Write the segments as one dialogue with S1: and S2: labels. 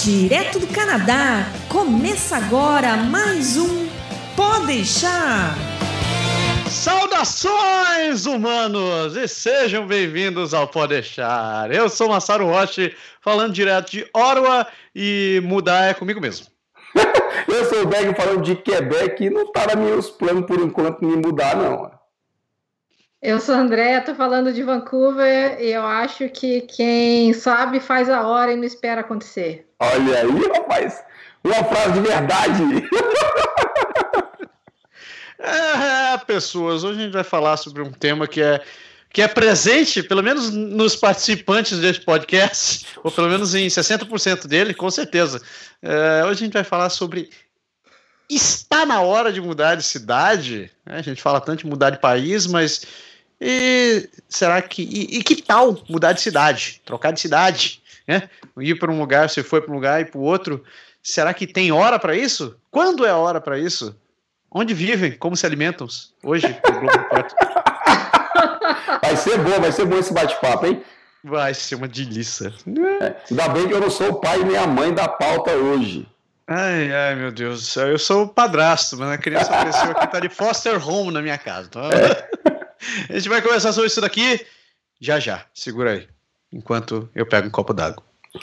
S1: Direto do Canadá, começa agora mais um Pode Deixar.
S2: Saudações, humanos, e sejam bem-vindos ao Pode Deixar. Eu sou Massaro Roche, falando direto de Ottawa, e mudar é comigo mesmo.
S3: Eu sou o Berg, falando de Quebec, e não tá nos meus planos por enquanto me mudar, não.
S4: Eu sou a Andréa, tô falando de Vancouver, e eu acho que quem sabe faz a hora e não espera acontecer.
S3: Olha aí, rapaz, uma frase de verdade.
S2: Pessoas, hoje a gente vai falar sobre um tema que é presente, pelo menos nos participantes desse podcast, ou pelo menos em 60% dele, com certeza. Hoje a gente vai falar sobre está na hora de mudar de cidade, né? A gente fala tanto de mudar de país, mas será que que tal mudar de cidade, trocar de cidade, né? Ir para um lugar, você foi para um lugar e para o outro, será que tem hora para isso? Quando é a hora para isso? Onde vivem? Como se alimentam hoje?
S3: Vai ser bom esse bate-papo, hein?
S2: Vai ser uma delícia.
S3: Ainda bem que eu não sou o pai e nem a mãe da pauta hoje.
S2: Ai, meu Deus do céu. Eu sou o padrasto, mas a criança cresceu aqui, tá de foster home na minha casa. Então, a gente vai conversar sobre isso daqui já. Segura aí, enquanto eu pego um copo d'água.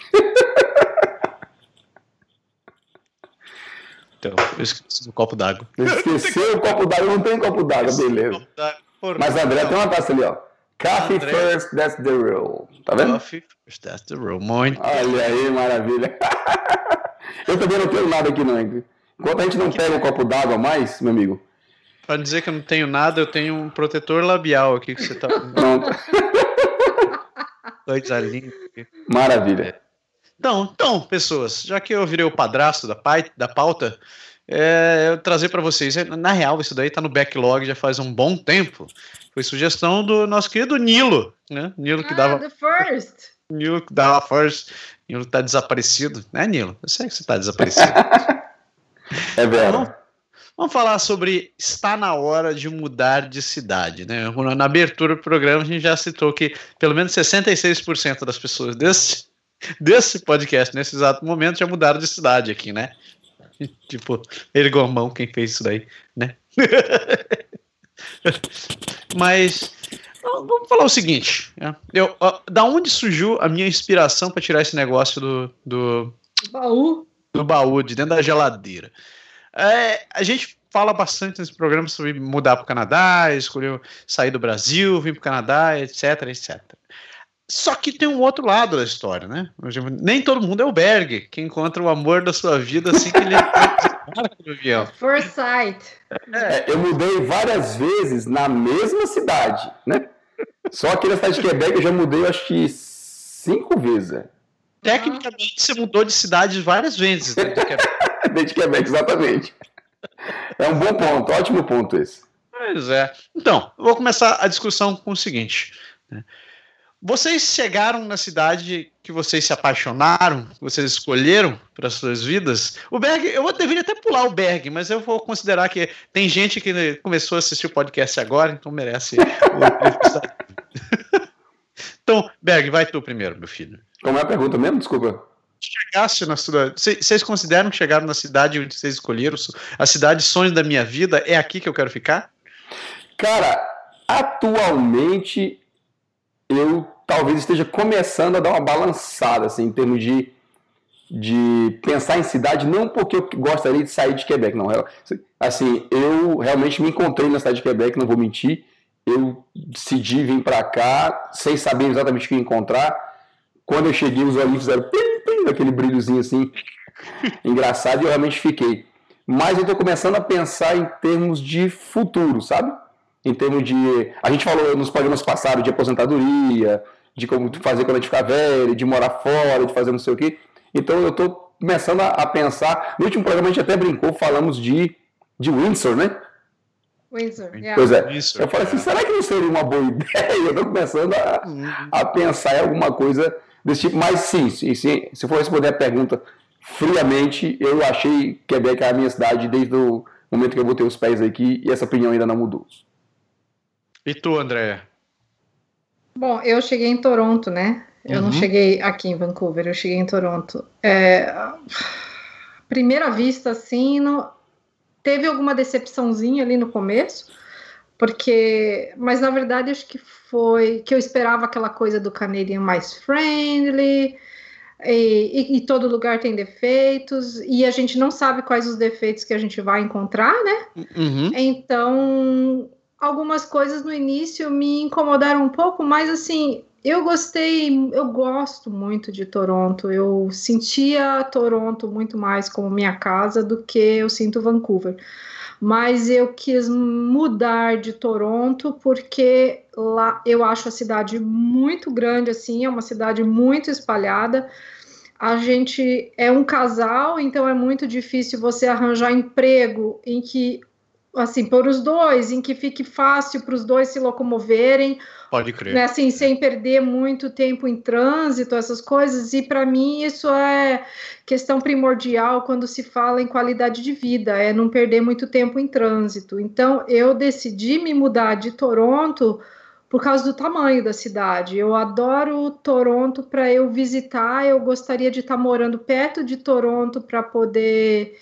S2: Então, eu esqueci o copo d'água.
S3: Esqueceu o copo d'água? Não tem copo d'água, beleza. Mas a André tem uma taça ali, ó. Coffee first, that's the rule. Tá vendo?
S2: Coffee first, that's the rule. Muito.
S3: Olha aí, maravilha. Eu também não tenho nada aqui, não. Enquanto a gente não pega um copo d'água a mais, meu amigo.
S2: Pra dizer que eu não tenho nada, eu tenho um protetor labial aqui que você tá...
S3: Pronto.
S2: Coisa linda.
S3: Maravilha.
S2: Então, pessoas, já que eu virei o padrasto da pauta, eu trazer para vocês, na real, isso daí tá no backlog já faz um bom tempo. Foi sugestão do nosso querido Nilo, né? Nilo que dava...
S4: The First!
S2: Nilo que dava First. Nilo tá desaparecido, né, Nilo? Eu sei que você tá desaparecido.
S3: É verdade.
S2: Então, vamos falar sobre está na hora de mudar de cidade, né? Na abertura do programa a gente já citou que pelo menos 66% das pessoas desse podcast, nesse exato momento, já mudaram de cidade aqui, né? Tipo, ergou a mão quem fez isso daí, né? Mas vamos falar o seguinte, né? Da onde surgiu a minha inspiração para tirar esse negócio do baú, de dentro da geladeira? A gente fala bastante nesse programa sobre mudar para o Canadá, escolheu sair do Brasil, vir para o Canadá, etc. Só que tem um outro lado da história, né? Nem todo mundo é o Berg, que encontra o amor da sua vida assim que ele no avião.
S4: First sight.
S3: Eu mudei várias vezes na mesma cidade, né? Só aqui na cidade de Quebec eu já mudei, eu acho que 5 vezes.
S2: Tecnicamente você mudou de cidade várias vezes dentro de Quebec.
S3: Dentro de Quebec, exatamente. É um bom ponto, ótimo ponto esse.
S2: Pois é. Então, eu vou começar a discussão com o seguinte, né? Vocês chegaram na cidade que vocês se apaixonaram, que vocês escolheram para suas vidas. O Berg, eu deveria até pular o Berg, mas eu vou considerar que tem gente que começou a assistir o podcast agora, então merece Então, Berg, vai tu primeiro, meu filho.
S3: Como é a pergunta mesmo? Desculpa.
S2: Chegasse na cidade. Vocês consideram que chegaram na cidade onde vocês escolheram? A cidade sonho da minha vida, é aqui que eu quero ficar?
S3: Cara, atualmente eu talvez esteja começando a dar uma balançada, assim, em termos de pensar em cidade, não porque eu gostaria de sair de Quebec, não. Assim, eu realmente me encontrei na cidade de Quebec, não vou mentir. Eu decidi vir para cá sem saber exatamente o que encontrar. Quando eu cheguei, os olhinhos fizeram plim, aquele brilhozinho assim, engraçado, e eu realmente fiquei. Mas eu estou começando a pensar em termos de futuro, sabe? Em termos de... A gente falou nos programas passados de aposentadoria, de como fazer quando a gente ficar velho, de morar fora, de fazer não sei o quê. Então eu estou começando a pensar... No último programa a gente até brincou, falamos de Windsor, né?
S4: Windsor, yeah.
S3: Pois é.
S2: Windsor,
S3: eu falei assim, será que não seria uma boa ideia? Eu estou começando a pensar em alguma coisa desse tipo. Mas sim, se for responder a pergunta friamente, eu achei Quebec a minha cidade desde o momento que eu botei os pés aqui, e essa opinião ainda não mudou.
S2: E tu, Andréa?
S4: Bom, eu cheguei em Toronto, né? Eu não cheguei aqui em Vancouver, eu cheguei em Toronto. Primeira vista, assim, teve alguma decepçãozinha ali no começo, mas na verdade acho que foi que eu esperava aquela coisa do Canadian mais friendly, e todo lugar tem defeitos, e a gente não sabe quais os defeitos que a gente vai encontrar, né? Então, algumas coisas no início me incomodaram um pouco, mas assim, eu gosto muito de Toronto, eu sentia Toronto muito mais como minha casa do que eu sinto Vancouver. Mas eu quis mudar de Toronto porque lá eu acho a cidade muito grande, assim, é uma cidade muito espalhada. A gente é um casal, então é muito difícil você arranjar emprego em que, assim, por os dois, em que fique fácil para os dois se locomoverem.
S2: Pode crer.
S4: Né, assim, sem perder muito tempo em trânsito, essas coisas, e para mim isso é questão primordial quando se fala em qualidade de vida, é não perder muito tempo em trânsito. Então, eu decidi me mudar de Toronto por causa do tamanho da cidade. Eu adoro Toronto para eu visitar, eu gostaria de estar morando perto de Toronto para poder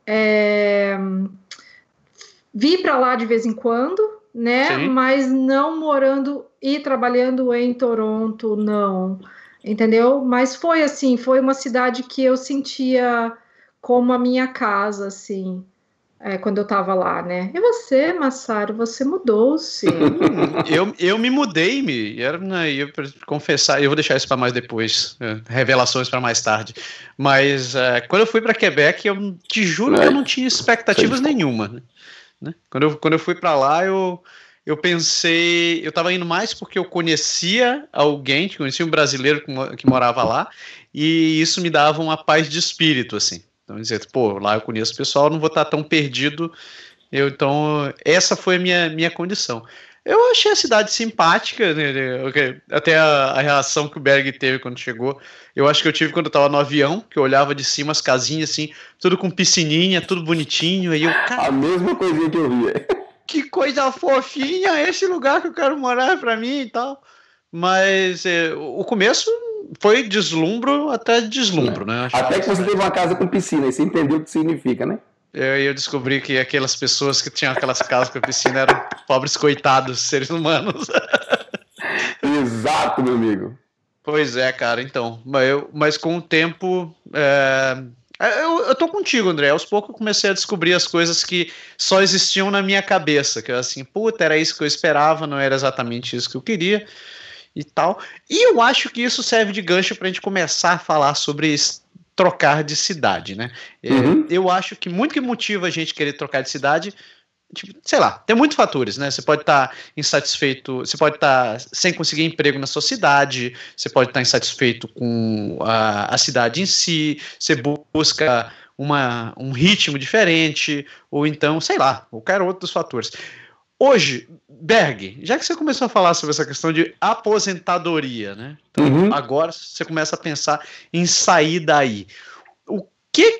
S4: vir para lá de vez em quando, né? Sim. Mas não morando e trabalhando em Toronto, não, entendeu? Mas foi assim, foi uma cidade que eu sentia como a minha casa, assim, quando eu estava lá, né? E você, Massaro, você mudou-se?
S2: Eu me mudei, eu confessar, eu vou deixar isso para mais depois, revelações para mais tarde, mas quando eu fui para Quebec, eu te juro que eu não tinha expectativas nenhuma, né? Quando eu fui para lá, eu pensei, eu estava indo mais porque eu conhecia alguém, conhecia um brasileiro que morava lá, e isso me dava uma paz de espírito, assim. Então, dizer, pô, lá eu conheço o pessoal, não vou estar tão perdido. Então, essa foi a minha condição. Eu achei a cidade simpática, né? Até a reação que o Berg teve quando chegou, eu acho que eu tive quando eu estava no avião, que eu olhava de cima as casinhas, assim, tudo com piscininha, tudo bonitinho, aí eu...
S3: A mesma coisinha que eu via.
S2: Que coisa fofinha, esse lugar que eu quero morar pra mim e tal. Mas o começo foi deslumbro até deslumbro, né?
S3: Até que você teve uma casa com piscina, e você entendeu o que significa, né?
S2: Eu descobri que aquelas pessoas que tinham aquelas casas com piscina eram pobres coitados, seres humanos.
S3: Exato, meu amigo.
S2: Pois é, cara, então. Mas com o tempo... Eu tô contigo, André. Aos poucos eu comecei a descobrir as coisas que só existiam na minha cabeça. Que eu assim, puta, era isso que eu esperava, não era exatamente isso que eu queria e tal. E eu acho que isso serve de gancho pra gente começar a falar sobre trocar de cidade, né? Eu acho que muito que motiva a gente querer trocar de cidade, tipo, sei lá, tem muitos fatores, né? Você pode estar insatisfeito, você pode estar sem conseguir emprego na sua cidade, você pode estar insatisfeito com a cidade em si, você busca um ritmo diferente, ou então, sei lá, qualquer outro dos fatores. Hoje, Berg, já que você começou a falar sobre essa questão de aposentadoria, né? Então, agora você começa a pensar em sair daí. O que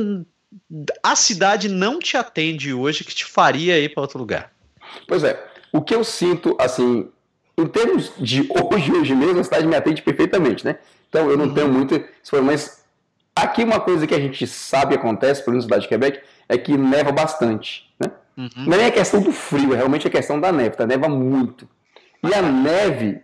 S2: a cidade não te atende hoje que te faria ir para outro lugar?
S3: Pois é, o que eu sinto, assim, em termos de hoje mesmo, a cidade me atende perfeitamente, né? Então eu não tenho muito, mas aqui uma coisa que a gente sabe acontece, pelo menos na cidade de Quebec, é que neva bastante, né? Não é nem a questão do frio, é realmente a questão da neve, tá? Neva muito. E a neve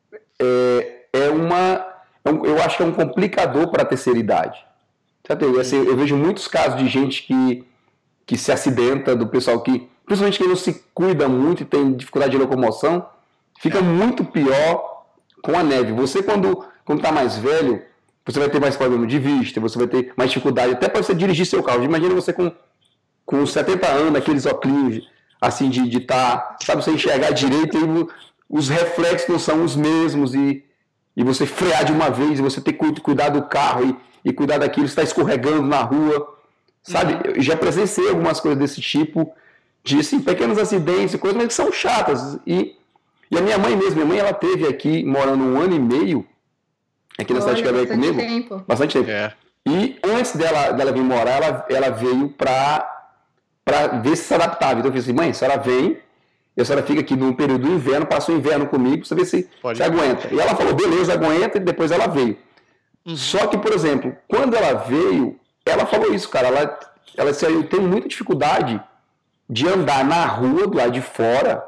S3: eu acho que é um complicador para a terceira idade. Assim, eu vejo muitos casos de gente que se acidenta, do pessoal principalmente quem não se cuida muito e tem dificuldade de locomoção, fica muito pior com a neve. Você, quando está mais velho, você vai ter mais problema de vista, você vai ter mais dificuldade, até para você dirigir seu carro. Imagina você com 70 anos, aqueles óculos, assim, de estar, sabe, você enxergar direito e os reflexos não são os mesmos e você frear de uma vez, e você ter que cuidar do carro e cuidar daquilo, você está escorregando na rua, sabe? Eu já presenciei algumas coisas desse tipo, de assim, pequenos acidentes e coisas, mas que são chatas. E a minha mãe mesmo, ela teve aqui, morando 1 ano e meio, aqui na cidade de Quebec comigo. Bastante tempo. E antes dela vir morar, ela veio para ver se adaptava. Então eu falei assim, mãe, a senhora vem, e a senhora fica aqui no período do inverno, passa o inverno comigo, pra ver se aguenta. E ela falou, beleza, aguenta, e depois ela veio. Só que, por exemplo, quando ela veio, ela falou isso, cara, ela disse, eu tenho muita dificuldade de andar na rua, do lado de fora,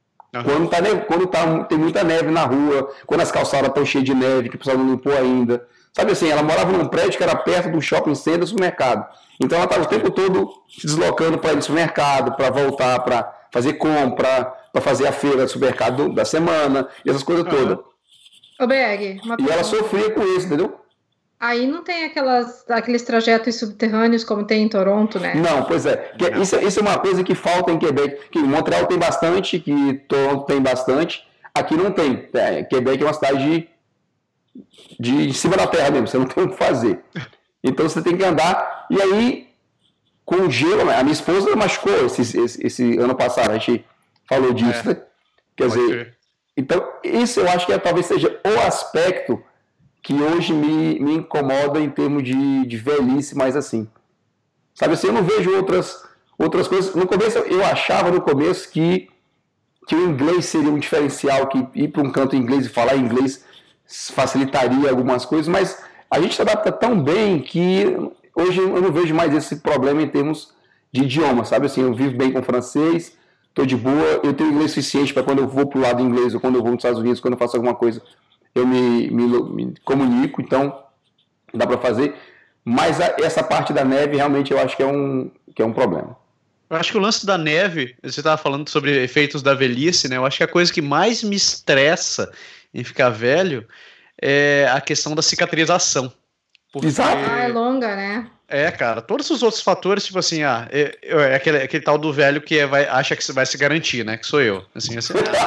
S3: quando tem muita neve na rua, quando as calçadas estão cheias de neve, que o pessoal não limpou ainda. Sabe assim, ela morava num prédio que era perto do shopping center do supermercado. Então ela estava o tempo todo se deslocando para ir no supermercado, para voltar, para fazer compra, para fazer a feira do supermercado da semana, e essas coisas todas.
S4: Ô, Berg,
S3: e ela sofria com isso, entendeu?
S4: Aí não tem aqueles trajetos subterrâneos como tem em Toronto, né?
S3: Não, pois é. Isso é uma coisa que falta em Quebec. Que Montreal tem bastante, que Toronto tem bastante. Aqui não tem. Quebec é uma cidade de em cima da terra mesmo, você não tem o que fazer. Então você tem que andar. E aí, com o gelo, a minha esposa machucou esse ano passado, a gente falou disso, né? Quer dizer, então isso eu acho que talvez seja o aspecto que hoje me incomoda em termos de velhice, mas assim. Sabe assim, eu não vejo outras coisas. No começo, eu achava que o inglês seria um diferencial, que ir para um canto em inglês e falar inglês facilitaria algumas coisas, mas a gente se adapta tão bem que hoje eu não vejo mais esse problema em termos de idioma, sabe assim, eu vivo bem com francês, estou de boa, eu tenho inglês suficiente para quando eu vou para o lado inglês ou quando eu vou nos Estados Unidos, quando eu faço alguma coisa, eu me comunico, então dá para fazer, mas essa parte da neve realmente eu acho que é um problema.
S2: Eu acho que o lance da neve, você estava falando sobre efeitos da velhice, né? Eu acho que a coisa que mais me estressa em ficar velho é a questão da cicatrização. Porque...
S3: Exato.
S4: É longa, né?
S2: Cara, todos os outros fatores, tipo assim, é aquele tal do velho que acha que vai se garantir, né? Que sou eu. Assim,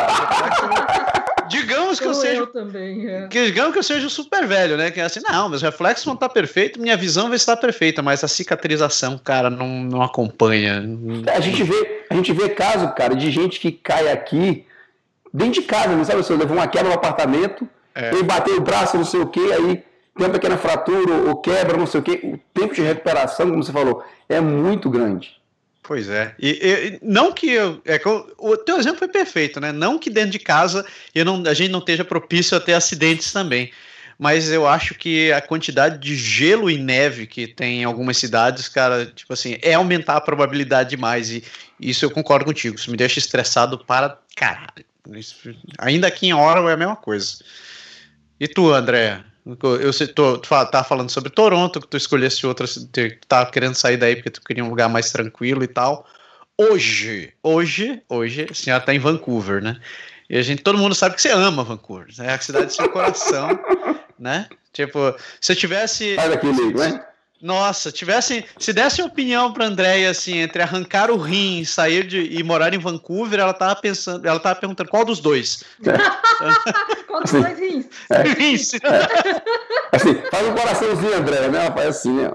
S2: digamos que eu seja. Digamos que eu seja super velho, né? Que é assim, não, meus reflexos vão estar perfeitos, minha visão vai estar perfeita, mas a cicatrização, cara, não acompanha.
S3: A gente vê caso, cara, de gente que cai aqui dentro de casa, não sabe? Você levou uma quebra no apartamento, ele bateu o braço, não sei o que, aí tem uma pequena fratura ou quebra, não sei o que. O tempo de recuperação, como você falou, é muito grande.
S2: Pois é. E não que o teu exemplo foi perfeito, né? Não que dentro de casa a gente não esteja propício a ter acidentes também. Mas eu acho que a quantidade de gelo e neve que tem em algumas cidades, cara, tipo assim, aumentar a probabilidade demais. E isso eu concordo contigo. Isso me deixa estressado para caralho. Ainda aqui em Ottawa é a mesma coisa. E tu, André? Tu tá falando sobre Toronto, que tu escolhesse outra, tu tá querendo sair daí porque tu queria um lugar mais tranquilo e tal. Hoje a senhora tá em Vancouver, né? E todo mundo sabe que você ama Vancouver, né? É a cidade do seu coração, né? Tipo, se eu tivesse...
S3: Sai daqui, amigo, né?
S2: Nossa, se desse uma opinião pra Andréia, assim, entre arrancar o rim e morar em Vancouver, ela tava perguntando qual dos dois.
S4: Qual dos dois rins?
S2: Rins.
S3: Assim, faz um coraçãozinho, André, né? Faz assim, né?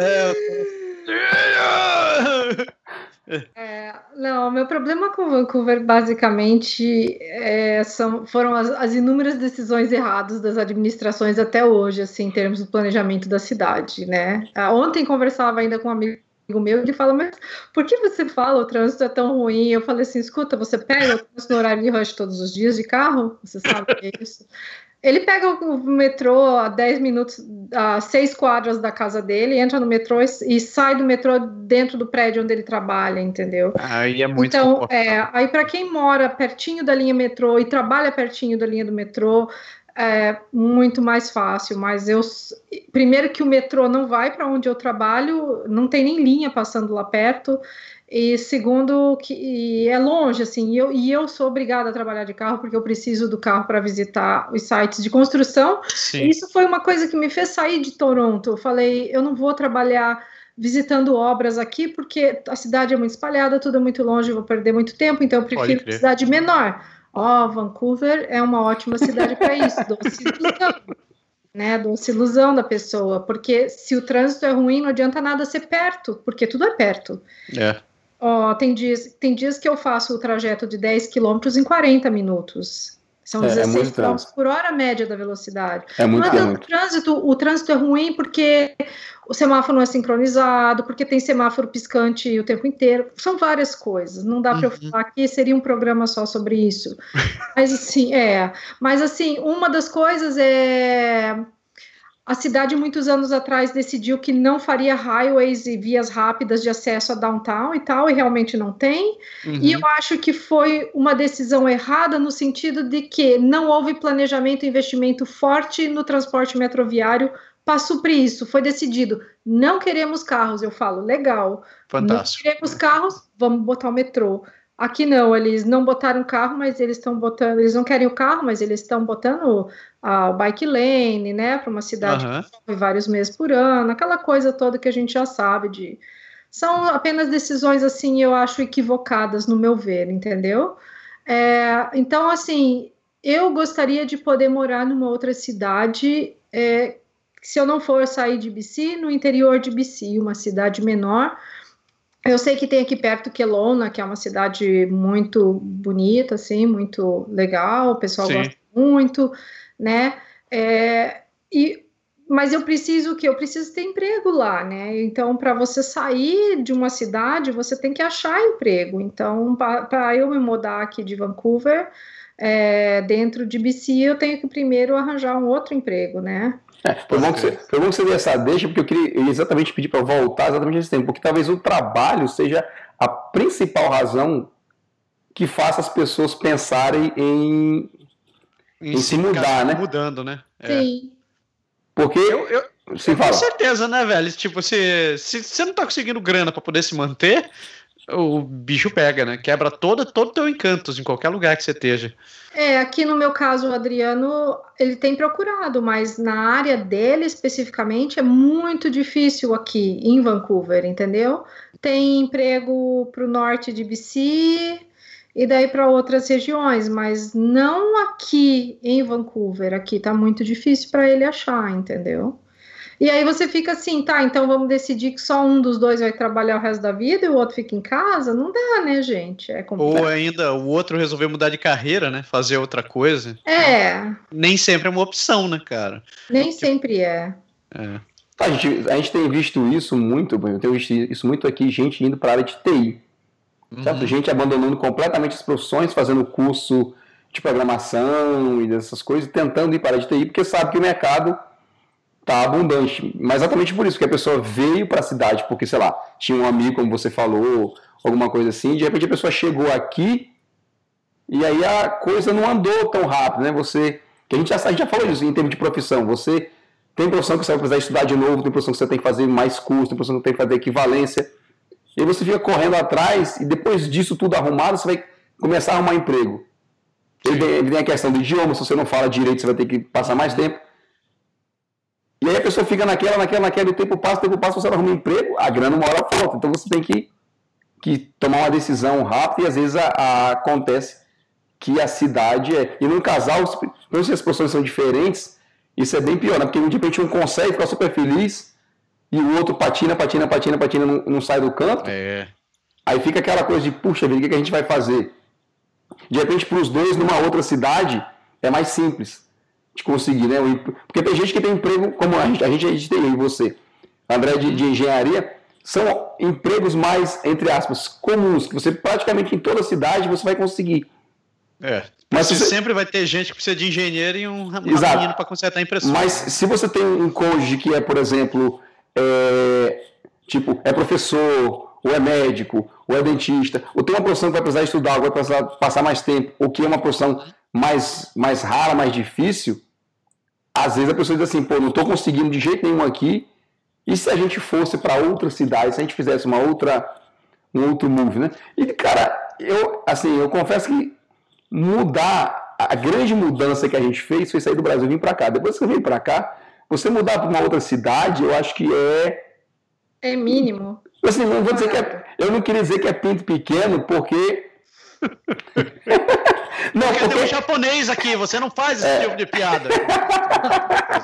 S4: Não, meu problema com Vancouver basicamente foram as inúmeras decisões erradas das administrações até hoje, assim, em termos do planejamento da cidade, né? Ontem conversava ainda com um amigo meu, ele fala, mas por que você fala o trânsito é tão ruim? Eu falei assim, escuta, você pega o trânsito no horário de rush todos os dias de carro? Você sabe o que é isso? Ele pega o metrô a 10 minutos, a 6 quadras da casa dele, entra no metrô e sai do metrô dentro do prédio onde ele trabalha, entendeu?
S2: Aí é muito
S4: então, aí para quem mora pertinho da linha metrô e trabalha pertinho da linha do metrô, é muito mais fácil, mas primeiro que o metrô não vai para onde eu trabalho, não tem nem linha passando lá perto, e segundo que é longe, assim, e eu sou obrigada a trabalhar de carro porque eu preciso do carro para visitar os sites de construção.
S2: Sim.
S4: Isso foi uma coisa que me fez sair de Toronto. Eu falei, eu não vou trabalhar visitando obras aqui porque a cidade é muito espalhada, tudo é muito longe, eu vou perder muito tempo, então eu prefiro uma cidade menor. Vancouver é uma ótima cidade para isso, doce ilusão, né? Doce ilusão da pessoa, porque se o trânsito é ruim, não adianta nada ser perto, porque tudo é perto. Tem dias que eu faço o trajeto de 10 quilômetros em 40 minutos. São 16 km por hora a média da velocidade.
S3: Não
S4: adianta o trânsito é ruim porque o semáforo não é sincronizado, porque tem semáforo piscante o tempo inteiro. São várias coisas. Não dá para eu falar aqui, seria um programa só sobre isso. Mas assim, uma das coisas é... A cidade, muitos anos atrás, decidiu que não faria highways e vias rápidas de acesso a downtown e tal, e realmente não tem. E eu acho que foi uma decisão errada no sentido de que não houve planejamento e investimento forte no transporte metroviário para suprir isso. Foi decidido, não queremos carros. Eu falo, legal.
S2: Fantástico.
S4: Não queremos carros, vamos botar o metrô. Aqui não, eles não botaram carro, mas eles estão botando... Eles não querem o carro, mas eles estão botando o bike lane, né? Para uma cidade que chove vários meses por ano. Aquela coisa toda que a gente já sabe de... São apenas decisões, assim, eu acho equivocadas, no meu ver, entendeu? Então, assim, eu gostaria de poder morar numa outra cidade... se eu não for sair de BC, no interior de BC, uma cidade menor... Eu sei que tem aqui perto Kelowna, que é uma cidade muito bonita, assim, muito legal, o pessoal gosta muito, né? Mas eu preciso ter emprego lá, né? Então, para você sair de uma cidade, você tem que achar emprego. Então, para eu me mudar aqui de Vancouver, dentro de BC, eu tenho que primeiro arranjar um outro emprego, né?
S3: Foi bom que você deu essa deixa, porque eu ia exatamente pedir para voltar exatamente nesse tempo, porque talvez o trabalho seja a principal razão que faça as pessoas pensarem em se mudar, né?
S2: Mudando, né?
S4: Sim.
S3: Porque
S2: com certeza, né, velho? Tipo, se você não tá conseguindo grana para poder se manter, o bicho pega, né? Quebra todo teu encanto em qualquer lugar que você esteja.
S4: Aqui no meu caso, o Adriano, ele tem procurado, mas na área dele especificamente é muito difícil aqui em Vancouver, entendeu? Tem emprego para o norte de BC e daí para outras regiões, mas não aqui em Vancouver. Aqui tá muito difícil para ele achar, entendeu? E aí você fica assim, tá, então vamos decidir que só um dos dois vai trabalhar o resto da vida e o outro fica em casa? Não dá, né, gente? É complicado.
S2: Ou ainda o outro resolver mudar de carreira, né? Fazer outra coisa. Nem sempre é uma opção, né, cara?
S4: Nem sempre é.
S3: A gente tem visto isso muito, eu tenho visto isso muito aqui, gente indo para a área de TI. Certo? Gente abandonando completamente as profissões, fazendo curso de programação e dessas coisas, tentando ir para a área de TI, porque sabe que o mercado tá abundante, mas exatamente por isso que a pessoa veio para a cidade, porque, sei lá, tinha um amigo, como você falou, alguma coisa assim, de repente a pessoa chegou aqui e aí a coisa não andou tão rápido, né? Que a gente já falou isso em termos de profissão, você tem profissão que você vai precisar estudar de novo, tem profissão que você tem que fazer mais curso, tem profissão que tem que fazer equivalência, e aí você fica correndo atrás, e depois disso tudo arrumado, você vai começar a arrumar emprego. Ele tem a questão do idioma, se você não fala direito, você vai ter que passar mais tempo. E aí a pessoa fica naquela, o tempo passa, você arruma um emprego, a grana uma hora falta. Então você tem que tomar uma decisão rápida e às vezes acontece que a cidade E num casal, se as pessoas são diferentes, isso é bem pior, né? Porque de repente um consegue ficar super feliz e o outro patina, não sai do canto. Aí fica aquela coisa de, puxa vida, o que a gente vai fazer? De repente, para os dois, numa outra cidade, é mais simples de conseguir, né? Porque tem gente que tem emprego, como a gente tem, eu e você, André, de engenharia, são empregos mais, entre aspas, comuns, que você praticamente em toda cidade você vai conseguir.
S2: Mas você sempre vai ter gente que precisa de engenheiro e um menino para consertar a impressora.
S3: Mas se você tem um cônjuge que é, por exemplo, é professor, ou é médico, ou é dentista, ou tem uma profissão que vai precisar estudar, ou vai precisar passar mais tempo, ou que é uma profissão mais rara, mais difícil, às vezes a pessoa diz assim, não estou conseguindo de jeito nenhum aqui, e se a gente fosse para outra cidade, se a gente fizesse um outro move, né? E, cara, eu confesso que a grande mudança que a gente fez foi sair do Brasil e vir para cá. Depois que eu vim para cá, você mudar para uma outra cidade, eu acho que
S4: é mínimo.
S3: Assim, não vou dizer eu não queria dizer que é pinto pequeno, porque...
S2: Porque tem um japonês aqui, você não faz esse tipo de piada.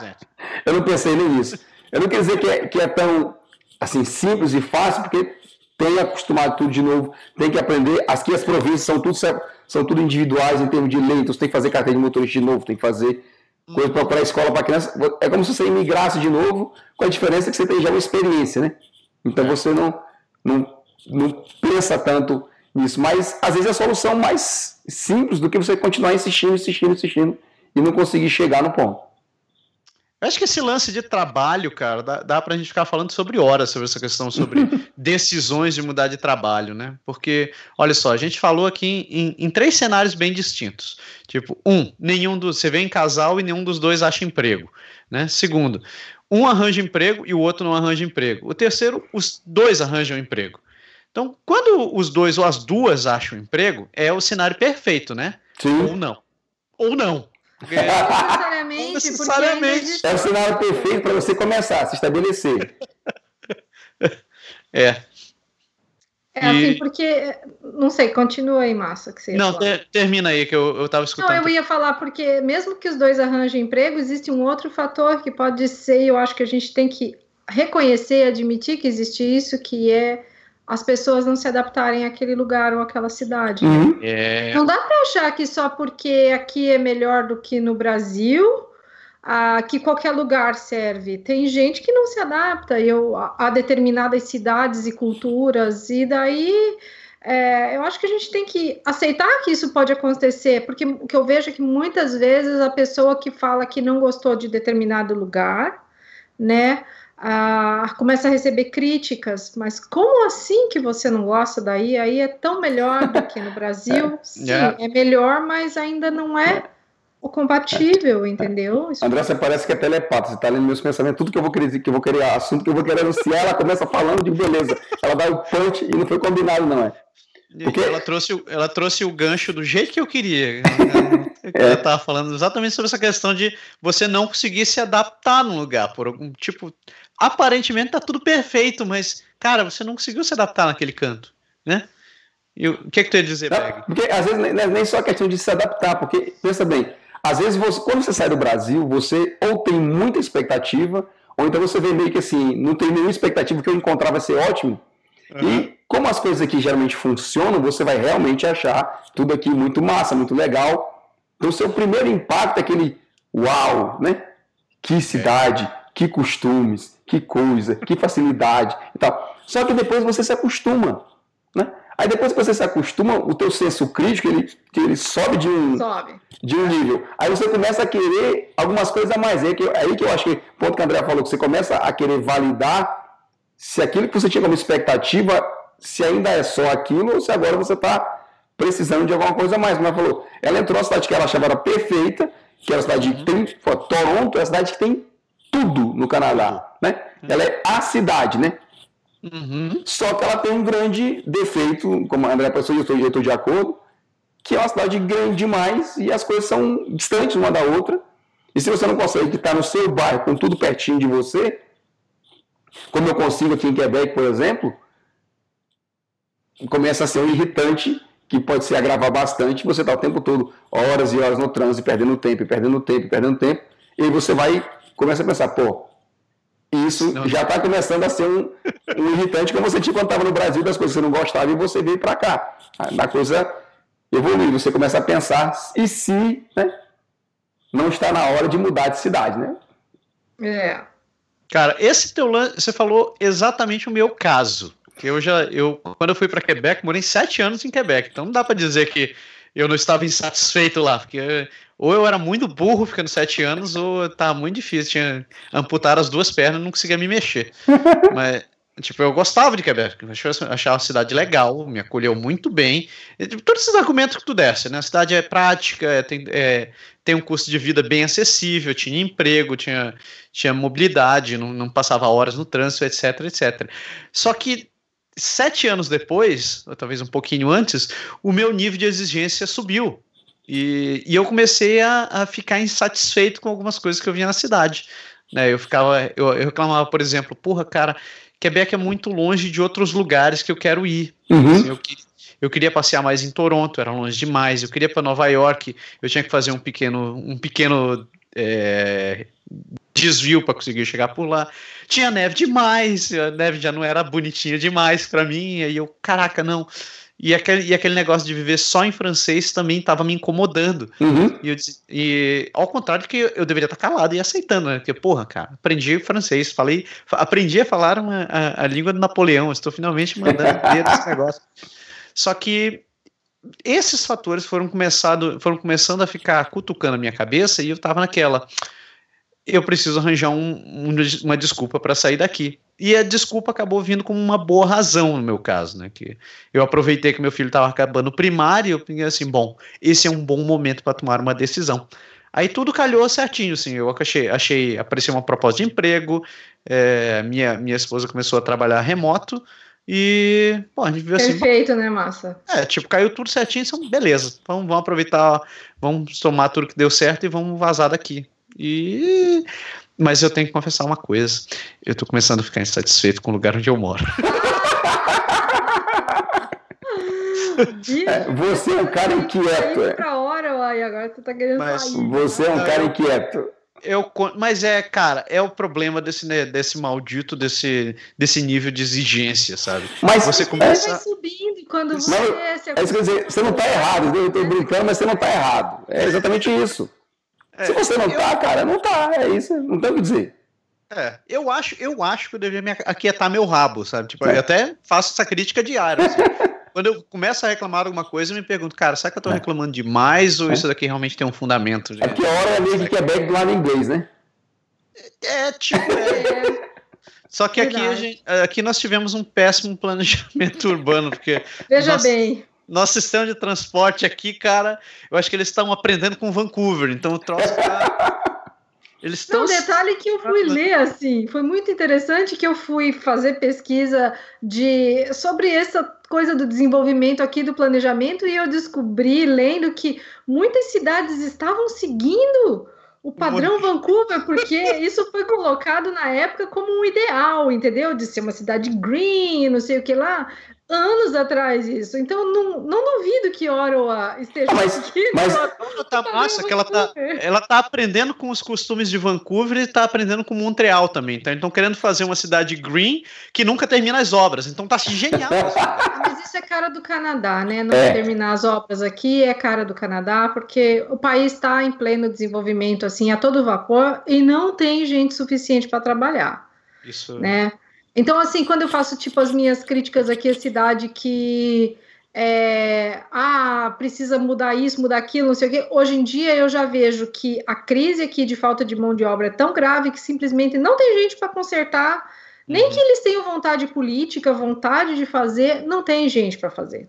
S3: Eu não pensei nem nisso. Eu não queria dizer que é tão assim, simples e fácil, porque tem acostumado tudo de novo, tem que aprender. Aqui as províncias são tudo individuais em termos de lei, então você tem que fazer carteira de motorista de novo, tem que fazer coisa para procurar escola para criança. É como se você imigrasse de novo, com a diferença que você tem já uma experiência, né? Então você não pensa tanto nisso, mas às vezes é a solução mais simples do que você continuar insistindo e não conseguir chegar no ponto.
S2: Eu acho que esse lance de trabalho, cara, dá pra gente ficar falando sobre horas sobre essa questão, sobre decisões de mudar de trabalho, né? Porque, olha só, a gente falou aqui em 3 cenários bem distintos. Tipo, você vê em casal e nenhum dos dois acha emprego, né? Segundo, um arranja emprego e o outro não arranja emprego. O terceiro, os dois arranjam emprego. Então, quando os dois ou as duas acham emprego, é o cenário perfeito, né?
S3: Sim.
S2: Ou não.
S4: Necessariamente.
S3: É o cenário perfeito para você começar a se estabelecer.
S4: Assim, porque... Não sei, continua aí, Márcia, que você ia falar.
S2: Termina aí, que eu estava escutando.
S4: Não, eu ia falar porque mesmo que os dois arranjem emprego, existe um outro fator que pode ser, e eu acho que a gente tem que reconhecer e admitir que existe isso, que é as pessoas não se adaptarem àquele lugar ou àquela cidade.
S3: Uhum.
S4: Não dá para achar que só porque aqui é melhor do que no Brasil, que qualquer lugar serve. Tem gente que não se adapta a determinadas cidades e culturas, e daí eu acho que a gente tem que aceitar que isso pode acontecer, porque o que eu vejo é que muitas vezes a pessoa que fala que não gostou de determinado lugar, né, começa a receber críticas, mas como assim que você não gosta daí? Aí é tão melhor do que no Brasil. Sim, é melhor, mas ainda não é o compatível, entendeu?
S3: André, você parece que é telepata, você tá lendo meus pensamentos, tudo que eu vou querer, assunto que eu vou querer anunciar, ela começa falando de beleza, ela dá o punch e não foi combinado, não é?
S2: Porque ela trouxe o gancho do jeito que eu queria. Ela estava falando exatamente sobre essa questão de você não conseguir se adaptar num lugar, por algum tipo. Aparentemente tá tudo perfeito, mas, cara, você não conseguiu se adaptar naquele canto, né? E o que tu ia dizer, Berg?
S3: Porque às vezes não é nem só a questão de se adaptar, porque, pensa bem, às vezes quando você sai do Brasil, você ou tem muita expectativa, ou então você vê meio que assim, não tem nenhuma expectativa, que eu encontrar vai ser ótimo. Uhum. E como as coisas aqui geralmente funcionam, você vai realmente achar tudo aqui muito massa, muito legal. Então, o seu primeiro impacto é aquele uau, né? Que cidade, que costumes, que coisa, que facilidade e tal. Só que depois você se acostuma, né? Aí depois que você se acostuma, o teu senso crítico, ele sobe de um nível. Aí você começa a querer algumas coisas a mais. Aí que eu acho que o ponto que a André falou, que você começa a querer validar se aquilo que você tinha como expectativa, se ainda é só aquilo, ou se agora você está precisando de alguma coisa a mais. Como ela falou, ela entrou na cidade que ela achava perfeita, que era a cidade que tem... Toronto é a cidade que tem tudo no Canadá, né? Ela é a cidade, né?
S2: Uhum.
S3: Só que ela tem um grande defeito, como a André passou, eu estou de acordo, que é uma cidade grande demais e as coisas são distantes uma da outra. E se você não consegue estar no seu bairro com tudo pertinho de você, como eu consigo aqui em Quebec, por exemplo, começa a ser um irritante que pode se agravar bastante. Você está o tempo todo, horas e horas no trânsito, perdendo tempo, e aí você começa a pensar, isso já está começando a ser um irritante, como você tinha quando estava no Brasil, das coisas que você não gostava, e você veio para cá. A coisa evolui, você começa a pensar, e se, né, não está na hora de mudar de cidade, né?
S2: Cara, esse teu lance, você falou exatamente o meu caso. Que quando eu fui para Quebec, morei 7 anos em Quebec, então não dá para dizer que eu não estava insatisfeito lá, porque ou eu era muito burro ficando 7 anos, ou estava muito difícil, tinha amputar as 2 pernas e não conseguia me mexer. Mas, tipo, eu gostava de Quebec, achava a cidade legal, me acolheu muito bem, todos esses argumentos que tu desse, né? A cidade é prática, tem um custo de vida bem acessível, tinha emprego, tinha mobilidade, não passava horas no trânsito, etc. Só que 7 anos depois, ou talvez um pouquinho antes, o meu nível de exigência subiu. E eu comecei a ficar insatisfeito com algumas coisas que eu via na cidade. Né? Eu reclamava, por exemplo, cara, Quebec é muito longe de outros lugares que eu quero ir.
S3: Uhum.
S2: Assim, eu queria passear mais em Toronto, era longe demais. Eu queria ir para Nova York, eu tinha que fazer um pequeno desvio para conseguir chegar por lá. Tinha neve demais, a neve já não era bonitinha demais para mim, aí eu, caraca, não. E aquele negócio de viver só em francês também estava me incomodando.
S3: Uhum.
S2: E ao contrário que eu deveria estar calado e aceitando, né? Porque, porra, cara, aprendi francês, aprendi a falar a língua do Napoleão, estou finalmente mandando ver esse negócio. Só que esses fatores foram começando a ficar cutucando a minha cabeça e eu tava naquela... Eu preciso arranjar uma desculpa para sair daqui. E a desculpa acabou vindo como uma boa razão no meu caso, né? Que eu aproveitei que meu filho estava acabando o primário e eu pensei assim, bom, esse é um bom momento para tomar uma decisão. Aí tudo calhou certinho, assim, eu apareceu uma proposta de emprego, minha esposa começou a trabalhar remoto e, bom, a gente viu assim...
S4: Perfeito, né, Massa?
S2: Caiu tudo certinho, então beleza, vamos aproveitar, vamos tomar tudo que deu certo e vamos vazar daqui. Mas eu tenho que confessar uma coisa, eu tô começando a ficar insatisfeito com o lugar onde eu moro.
S3: Você é um cara inquieto.
S4: Agora tu tá querendo sair.
S3: Você é um cara inquieto.
S2: Mas cara, é o problema desse maldito, desse nível de exigência, sabe?
S3: Mas
S4: você vai subindo e quando você...
S3: Quer dizer, você não tá errado, eu tô brincando, mas você não tá errado. É exatamente isso. Se você não tá, cara, não tá, é isso, não tem o que dizer.
S2: Eu acho que eu deveria aquietar meu rabo, sabe? Tipo, eu até faço essa crítica diária, assim. Quando eu começo a reclamar de alguma coisa, eu me pergunto, cara, será que eu tô reclamando demais ou isso daqui realmente tem um fundamento? Gente?
S3: É porque a hora é meio que Quebec do lado em inglês, né?
S2: Só que aqui nós tivemos um péssimo planejamento urbano, porque...
S4: Veja bem...
S2: Nosso sistema de transporte aqui, cara, eu acho que eles estão aprendendo com Vancouver, então o troço eles estão...
S4: Não, detalhe que eu fui ler, assim, foi muito interessante que eu fui fazer pesquisa sobre essa coisa do desenvolvimento aqui do planejamento e eu descobri, lendo, que muitas cidades estavam seguindo o padrão Vancouver, porque isso foi colocado na época como um ideal, entendeu? De ser uma cidade green, não sei o que lá... Anos atrás isso, então não duvido que Ottawa esteja
S2: tá massa que ela tá aprendendo com os costumes de Vancouver e tá aprendendo com Montreal também, então estão querendo fazer uma cidade green que nunca termina as obras, então tá genial.
S4: Mas isso é cara do Canadá, né? Não terminar as obras aqui é cara do Canadá, porque o país está em pleno desenvolvimento assim a todo vapor e não tem gente suficiente para trabalhar. Isso, né? Então, assim, quando eu faço, tipo, as minhas críticas aqui à cidade que precisa mudar isso, mudar aquilo, não sei o quê, hoje em dia eu já vejo que a crise aqui de falta de mão de obra é tão grave que simplesmente não tem gente para consertar, nem que eles tenham vontade política, vontade de fazer, não tem gente para fazer,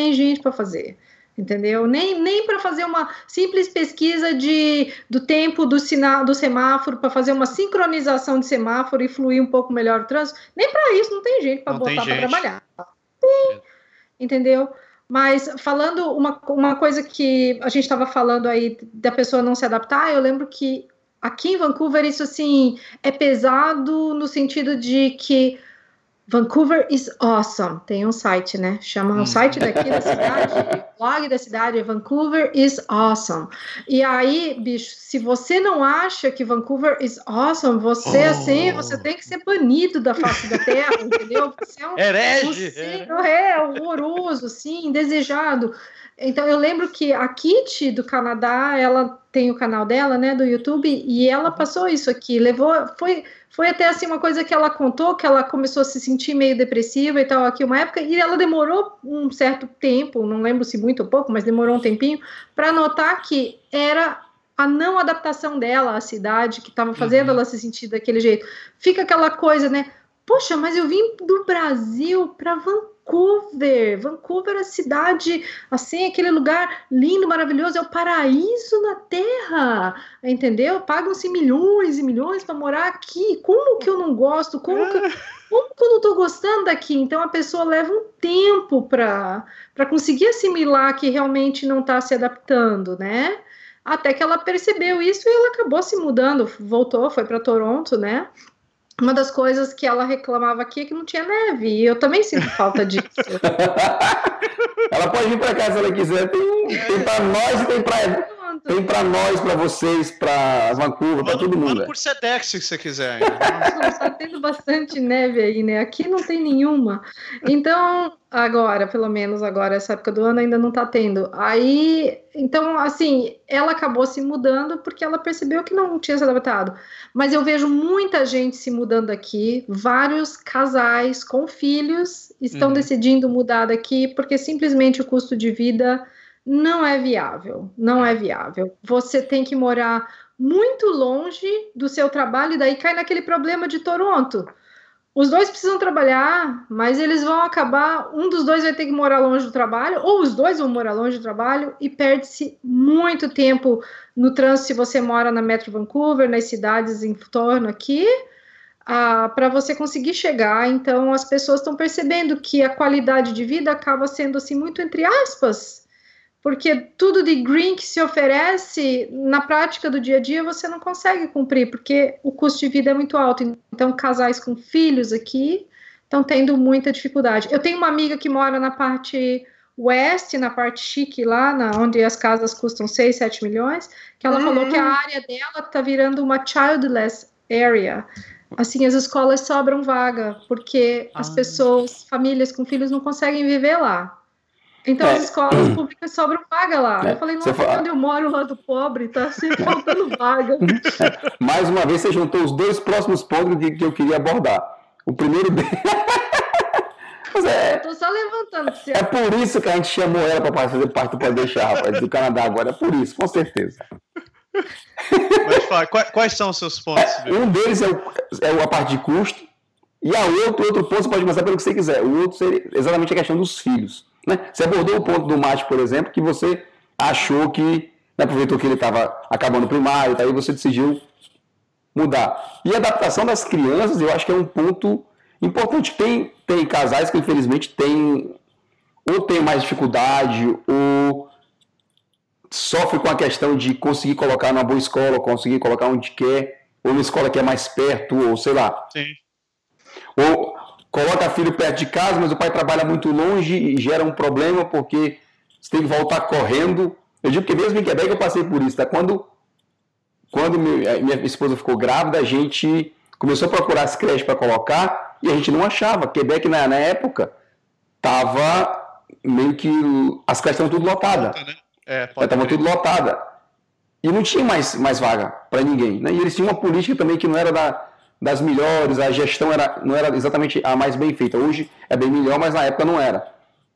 S4: entendeu? Nem para fazer uma simples pesquisa do tempo do semáforo, para fazer uma sincronização de semáforo e fluir um pouco melhor o trânsito, nem para isso não tem gente para botar para trabalhar. Sim, entendeu? Mas falando uma coisa que a gente estava falando aí da pessoa não se adaptar, eu lembro que aqui em Vancouver isso assim é pesado no sentido de que Vancouver is awesome. Tem um site, né? Chama o site daqui da cidade, o blog da cidade é Vancouver is awesome. E aí, bicho, se você não acha que Vancouver is awesome, você tem que ser banido da face da terra, entendeu? Você é
S2: herege!
S4: Horroroso, sim, indesejado. Então, eu lembro que a Kit do Canadá, ela tem o canal dela, né, do YouTube, e ela passou isso aqui, foi até assim uma coisa que ela contou, que ela começou a se sentir meio depressiva e tal aqui uma época, e ela demorou um certo tempo, não lembro se muito ou pouco, mas demorou um tempinho, para notar que era a não adaptação dela à cidade, que estava fazendo ela se sentir daquele jeito. Fica aquela coisa, né, poxa, mas eu vim do Brasil para Vancouver, é a cidade, assim, aquele lugar lindo, maravilhoso, é o paraíso na Terra, entendeu? Pagam-se milhões e milhões para morar aqui, como que eu não gosto, como que eu não tô gostando daqui? Então a pessoa leva um tempo para conseguir assimilar que realmente não está se adaptando, né? Até que ela percebeu isso e ela acabou se mudando, voltou, foi para Toronto, né? Uma das coisas que ela reclamava aqui é que não tinha neve, e eu também sinto falta disso.
S3: Ela pode vir para cá se ela quiser, tem para nós e tem para ela. Tem para nós, para vocês, para Vancouver, para todo mundo.
S2: Manda por Sedex se você quiser.
S4: Está tendo bastante neve aí, né? Aqui não tem nenhuma. Então, agora, pelo menos agora, essa época do ano ainda não está tendo. Aí, então, assim, ela acabou se mudando porque ela percebeu que não tinha se adaptado. Mas eu vejo muita gente se mudando aqui, vários casais com filhos estão decidindo mudar daqui porque simplesmente o custo de vida não é viável, não é viável. Você tem que morar muito longe do seu trabalho e daí cai naquele problema de Toronto. Os dois precisam trabalhar, mas eles vão acabar, um dos dois vai ter que morar longe do trabalho, ou os dois vão morar longe do trabalho e perde-se muito tempo no trânsito se você mora na Metro Vancouver, nas cidades em torno aqui, para você conseguir chegar. Então as pessoas estão percebendo que a qualidade de vida acaba sendo assim muito entre aspas, porque tudo de green que se oferece, na prática do dia a dia, você não consegue cumprir, porque o custo de vida é muito alto. Então, casais com filhos aqui estão tendo muita dificuldade. Eu tenho uma amiga que mora na parte oeste, na parte chique lá, onde as casas custam 6, 7 milhões, que ela falou que a área dela está virando uma childless area. Assim, as escolas sobram vaga, porque as pessoas, famílias com filhos, não conseguem viver lá. Então as escolas públicas sobram vaga lá. Eu falei, nossa, quando eu moro lá do pobre, tá sempre faltando vaga.
S3: Mais uma vez você juntou os dois próximos pontos que eu queria abordar. O primeiro
S4: eu tô só levantando.
S3: É por isso que a gente chamou ela para fazer parte do Pode Deixar, rapaz, do Canadá agora. É por isso, com certeza.
S2: Mas fala, quais são os seus pontos?
S3: Um deles é a parte de custo. E outro ponto você pode começar pelo que você quiser. O outro seria exatamente a questão dos filhos. Né? Você abordou o ponto do Mate, por exemplo, que você achou que, aproveitou que ele estava acabando o primário, aí você decidiu mudar. E a adaptação das crianças, eu acho que é um ponto importante. Tem casais que, infelizmente, tem mais dificuldade, ou sofre com a questão de conseguir colocar numa boa escola, conseguir colocar onde quer, ou numa escola que é mais perto, ou sei lá.
S2: Sim.
S3: Ou coloca filho perto de casa, mas o pai trabalha muito longe e gera um problema porque você tem que voltar correndo. Eu digo que mesmo em Quebec eu passei por isso. Tá? Quando minha esposa ficou grávida, a gente começou a procurar as creches para colocar e a gente não achava. Quebec, na época, estava meio que... As creches estavam tudo lotadas. Estavam tudo lotadas. E não tinha mais vaga para ninguém. Né? E eles tinham uma política também que não era das melhores, a gestão não era exatamente a mais bem feita. Hoje é bem melhor, mas na época não era.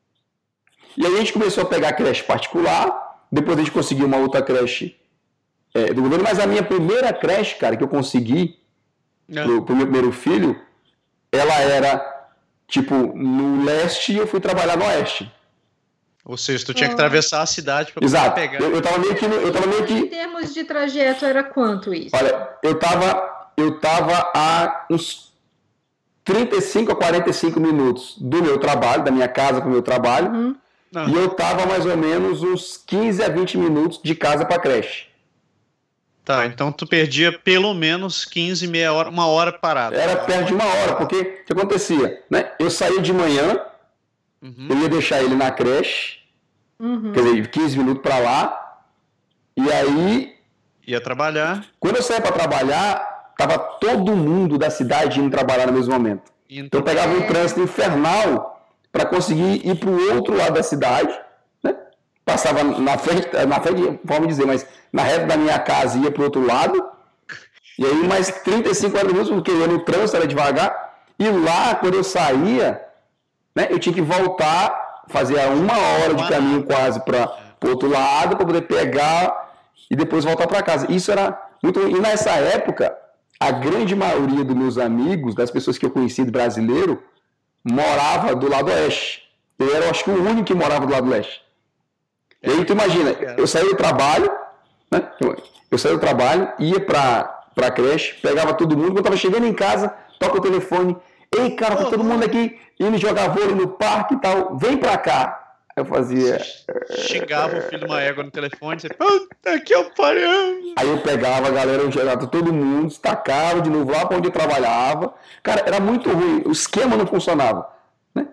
S3: E aí a gente começou a pegar creche particular, depois a gente conseguiu uma outra creche do governo, mas a minha primeira creche, cara, que eu consegui pro meu primeiro filho, ela era, tipo, no leste e eu fui trabalhar no oeste.
S2: Ou seja, tu tinha que atravessar a cidade para
S3: poder
S2: pegar.
S3: Eu tava meio que...
S4: Em termos de trajeto, era quanto isso?
S3: Olha, eu estava a uns 35 a 45 minutos do meu trabalho, da minha casa para o meu trabalho, e eu estava mais ou menos uns 15 a 20 minutos de casa para a creche.
S2: Tá, então tu perdia pelo menos 15, meia hora, uma hora parada.
S3: Era perto de uma hora, porque o que acontecia? Né? Eu saía de manhã, eu ia deixar ele na creche, quer dizer, 15 minutos para lá, e aí...
S2: Ia trabalhar.
S3: Quando eu saía para trabalhar, tava todo mundo da cidade indo trabalhar no mesmo momento. Então eu pegava um trânsito infernal para conseguir ir para o outro lado da cidade, né? Passava na frente, vamos dizer, mas na reta da minha casa ia para o outro lado, e aí mais 35 horas minutos, porque eu ia no trânsito, era devagar, e lá, quando eu saía, né, eu tinha que voltar, fazer 1 hora de caminho quase para o outro lado, para poder pegar e depois voltar para casa. Isso era muito ruim. E nessa época, a grande maioria dos meus amigos, das pessoas que eu conheci de brasileiro, morava do lado oeste. Eu era, acho que, o único que morava do lado leste. E aí, tu imagina, eu saí do trabalho, né? Eu saí do trabalho, ia para a creche, pegava todo mundo, quando eu estava chegando em casa, toca o telefone, ei, cara, tá todo mundo aqui indo jogar vôlei no parque e tal, vem pra cá. Eu fazia...
S2: Xingava o filho de uma égua no telefone, você, puta que eu pariu.
S3: Aí eu pegava a galera, eu jogava todo mundo, destacava de novo lá pra onde eu trabalhava. Cara, era muito ruim, o esquema não funcionava, né?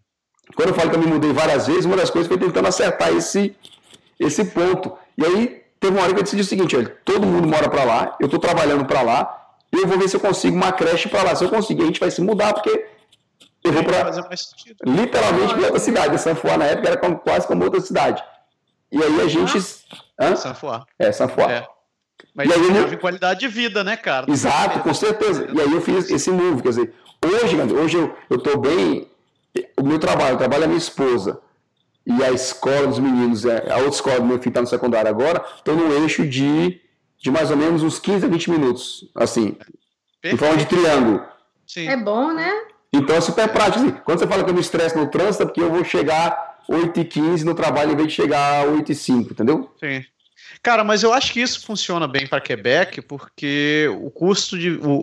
S3: Quando eu falo que eu me mudei várias vezes, uma das coisas foi tentando acertar esse ponto. E aí, teve uma hora que eu decidi o seguinte, olha, todo mundo mora para lá, eu estou trabalhando para lá, eu vou ver se eu consigo uma creche para lá. Se eu conseguir, a gente vai se mudar, porque eu vou para literalmente para outra cidade. Sanfoá, na época, era quase como outra cidade. E aí a gente...
S2: Sanfoá.
S3: Sanfoá.
S2: Mas teve qualidade de vida, né, cara?
S3: Exato, com certeza. E aí eu fiz esse move, quer dizer, hoje eu estou bem... O meu trabalho, eu trabalho a minha esposa e a escola dos meninos, a outra escola do meu filho está no secundário agora, estão no eixo de mais ou menos uns 15 a 20 minutos, assim, em forma de triângulo.
S4: Sim. É bom, né?
S3: Então é super prático. Assim, quando você fala que eu me estresso no trânsito, é porque eu vou chegar 8h15 no trabalho em vez de chegar 8h05, entendeu?
S2: Sim. Cara, mas eu acho que isso funciona bem para Quebec, porque o custo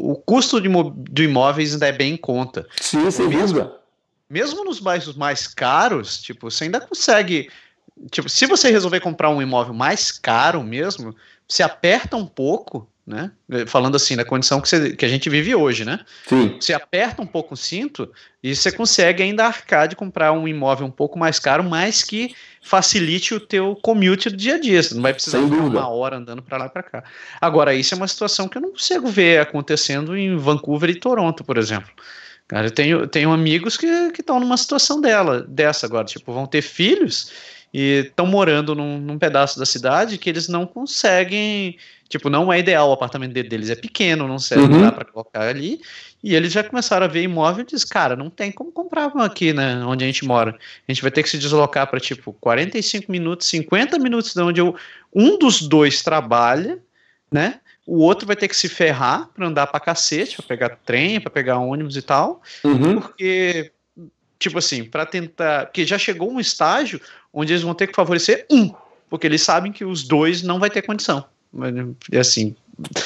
S2: de imóveis ainda é bem em conta.
S3: Sim, sem dúvida.
S2: Mesmo nos bairros mais caros, tipo, você ainda consegue... Tipo, se você resolver comprar um imóvel mais caro mesmo, você aperta um pouco, né? Falando assim, na condição que a gente vive hoje, né?
S3: Sim.
S2: Você aperta um pouco o cinto e você consegue ainda arcar de comprar um imóvel um pouco mais caro, mas que facilite o teu commute do dia a dia. Você não vai precisar ficar uma hora andando para lá e para cá. Agora, isso é uma situação que eu não consigo ver acontecendo em Vancouver e Toronto, por exemplo. Cara, eu tenho amigos que estão numa situação dessa agora, tipo, vão ter filhos e estão morando num pedaço da cidade que eles não conseguem, tipo, não é ideal, o apartamento deles é pequeno, não serve, não dá para colocar ali, e eles já começaram a ver imóvel e dizem, cara, não tem como comprar aqui, né, onde a gente mora, a gente vai ter que se deslocar para, tipo, 45 minutos, 50 minutos de onde um dos dois trabalha, né, o outro vai ter que se ferrar para andar pra cacete, para pegar trem, para pegar ônibus e tal, porque, tipo assim, para tentar... Porque já chegou um estágio onde eles vão ter que favorecer porque eles sabem que os dois não vai ter condição. É assim...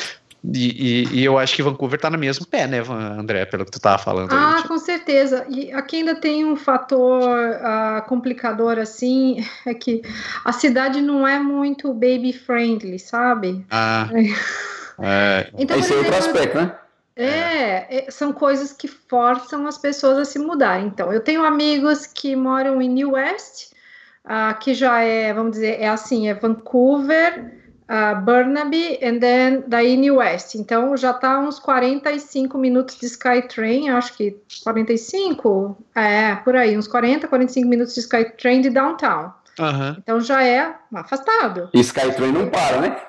S2: E eu acho que Vancouver tá no mesmo pé, né, André, pelo que tu tava falando.
S4: Ah, com certeza. E aqui ainda tem um fator complicador, assim, é que a cidade não é muito baby friendly, sabe? Então,
S3: esse é outro aspecto, né?
S4: São coisas que forçam as pessoas a se mudar. Então, eu tenho amigos que moram em New West, que já é, vamos dizer, é Vancouver, Burnaby, and then daí New West. Então, já está uns 45 minutos de Skytrain, acho que 45, por aí, uns 45 minutos de Skytrain de downtown. Então, já é afastado.
S3: E Skytrain não para, né?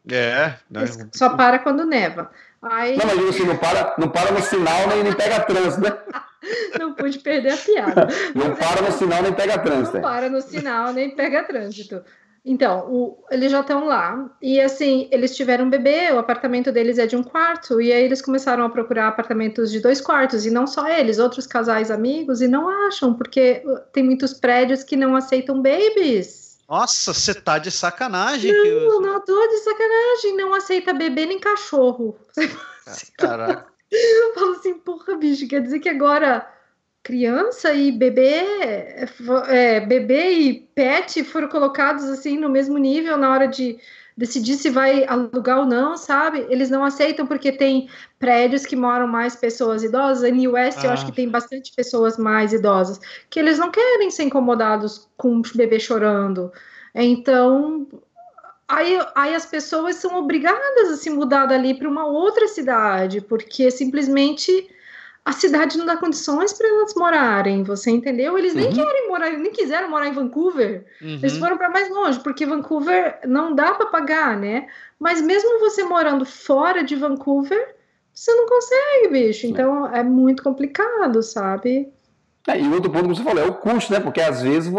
S4: Só para quando neva. Aí...
S3: Não, mas assim, não para no sinal nem pega trânsito, né?
S4: Não pude perder a piada.
S3: Não para no sinal nem pega trânsito.
S4: Não para no sinal nem pega trânsito. Então, eles já estão lá. E assim, eles tiveram um bebê, o apartamento deles é de 1 quarto. E aí eles começaram a procurar apartamentos de 2 quartos. E não só eles, outros casais amigos. E não acham, porque tem muitos prédios que não aceitam babies.
S2: Nossa, você tá de sacanagem.
S4: Não tô de sacanagem. Não aceita bebê nem cachorro.
S2: Caraca.
S4: Eu falo assim, porra, bicho, quer dizer que agora criança e bebê e pet foram colocados assim no mesmo nível na hora de decidir se vai alugar ou não, sabe? Eles não aceitam porque tem prédios que moram mais pessoas idosas. Em New West eu acho que tem bastante pessoas mais idosas, que eles não querem ser incomodados com um bebê chorando. Então, aí as pessoas são obrigadas a se mudar dali para uma outra cidade, porque simplesmente a cidade não dá condições para elas morarem, você entendeu? Eles nem querem morar, nem quiseram morar em Vancouver. Eles foram para mais longe, porque Vancouver não dá para pagar, né? Mas mesmo você morando fora de Vancouver, você não consegue, bicho. Então é muito complicado, sabe?
S3: E outro ponto que você falou é o custo, né? Porque às vezes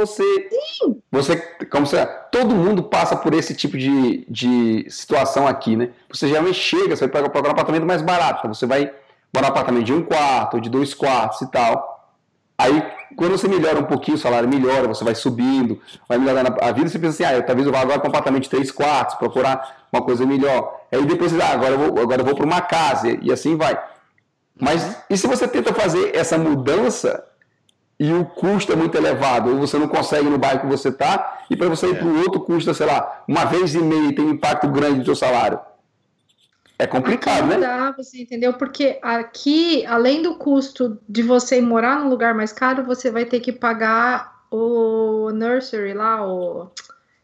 S3: todo mundo passa por esse tipo de situação aqui, né? Você geralmente chega, você vai procurar um apartamento mais barato, então você vai morar em um apartamento de 1 quarto ou de 2 quartos e tal. Aí, quando você melhora um pouquinho, o salário melhora, você vai subindo, vai melhorando a vida, você pensa assim, talvez eu vá agora para um apartamento de 3 quartos, procurar uma coisa melhor. Aí depois você agora eu vou para uma casa, e assim vai. Mas, e se você tenta fazer essa mudança e o custo é muito elevado, ou você não consegue no bairro que você está, e para você ir para um outro custa, sei lá, 1,5 tem um impacto grande no seu salário. É complicado,
S4: aqui
S3: né?
S4: Dá, você entendeu? Porque aqui, além do custo de você morar num lugar mais caro, você vai ter que pagar o nursery lá,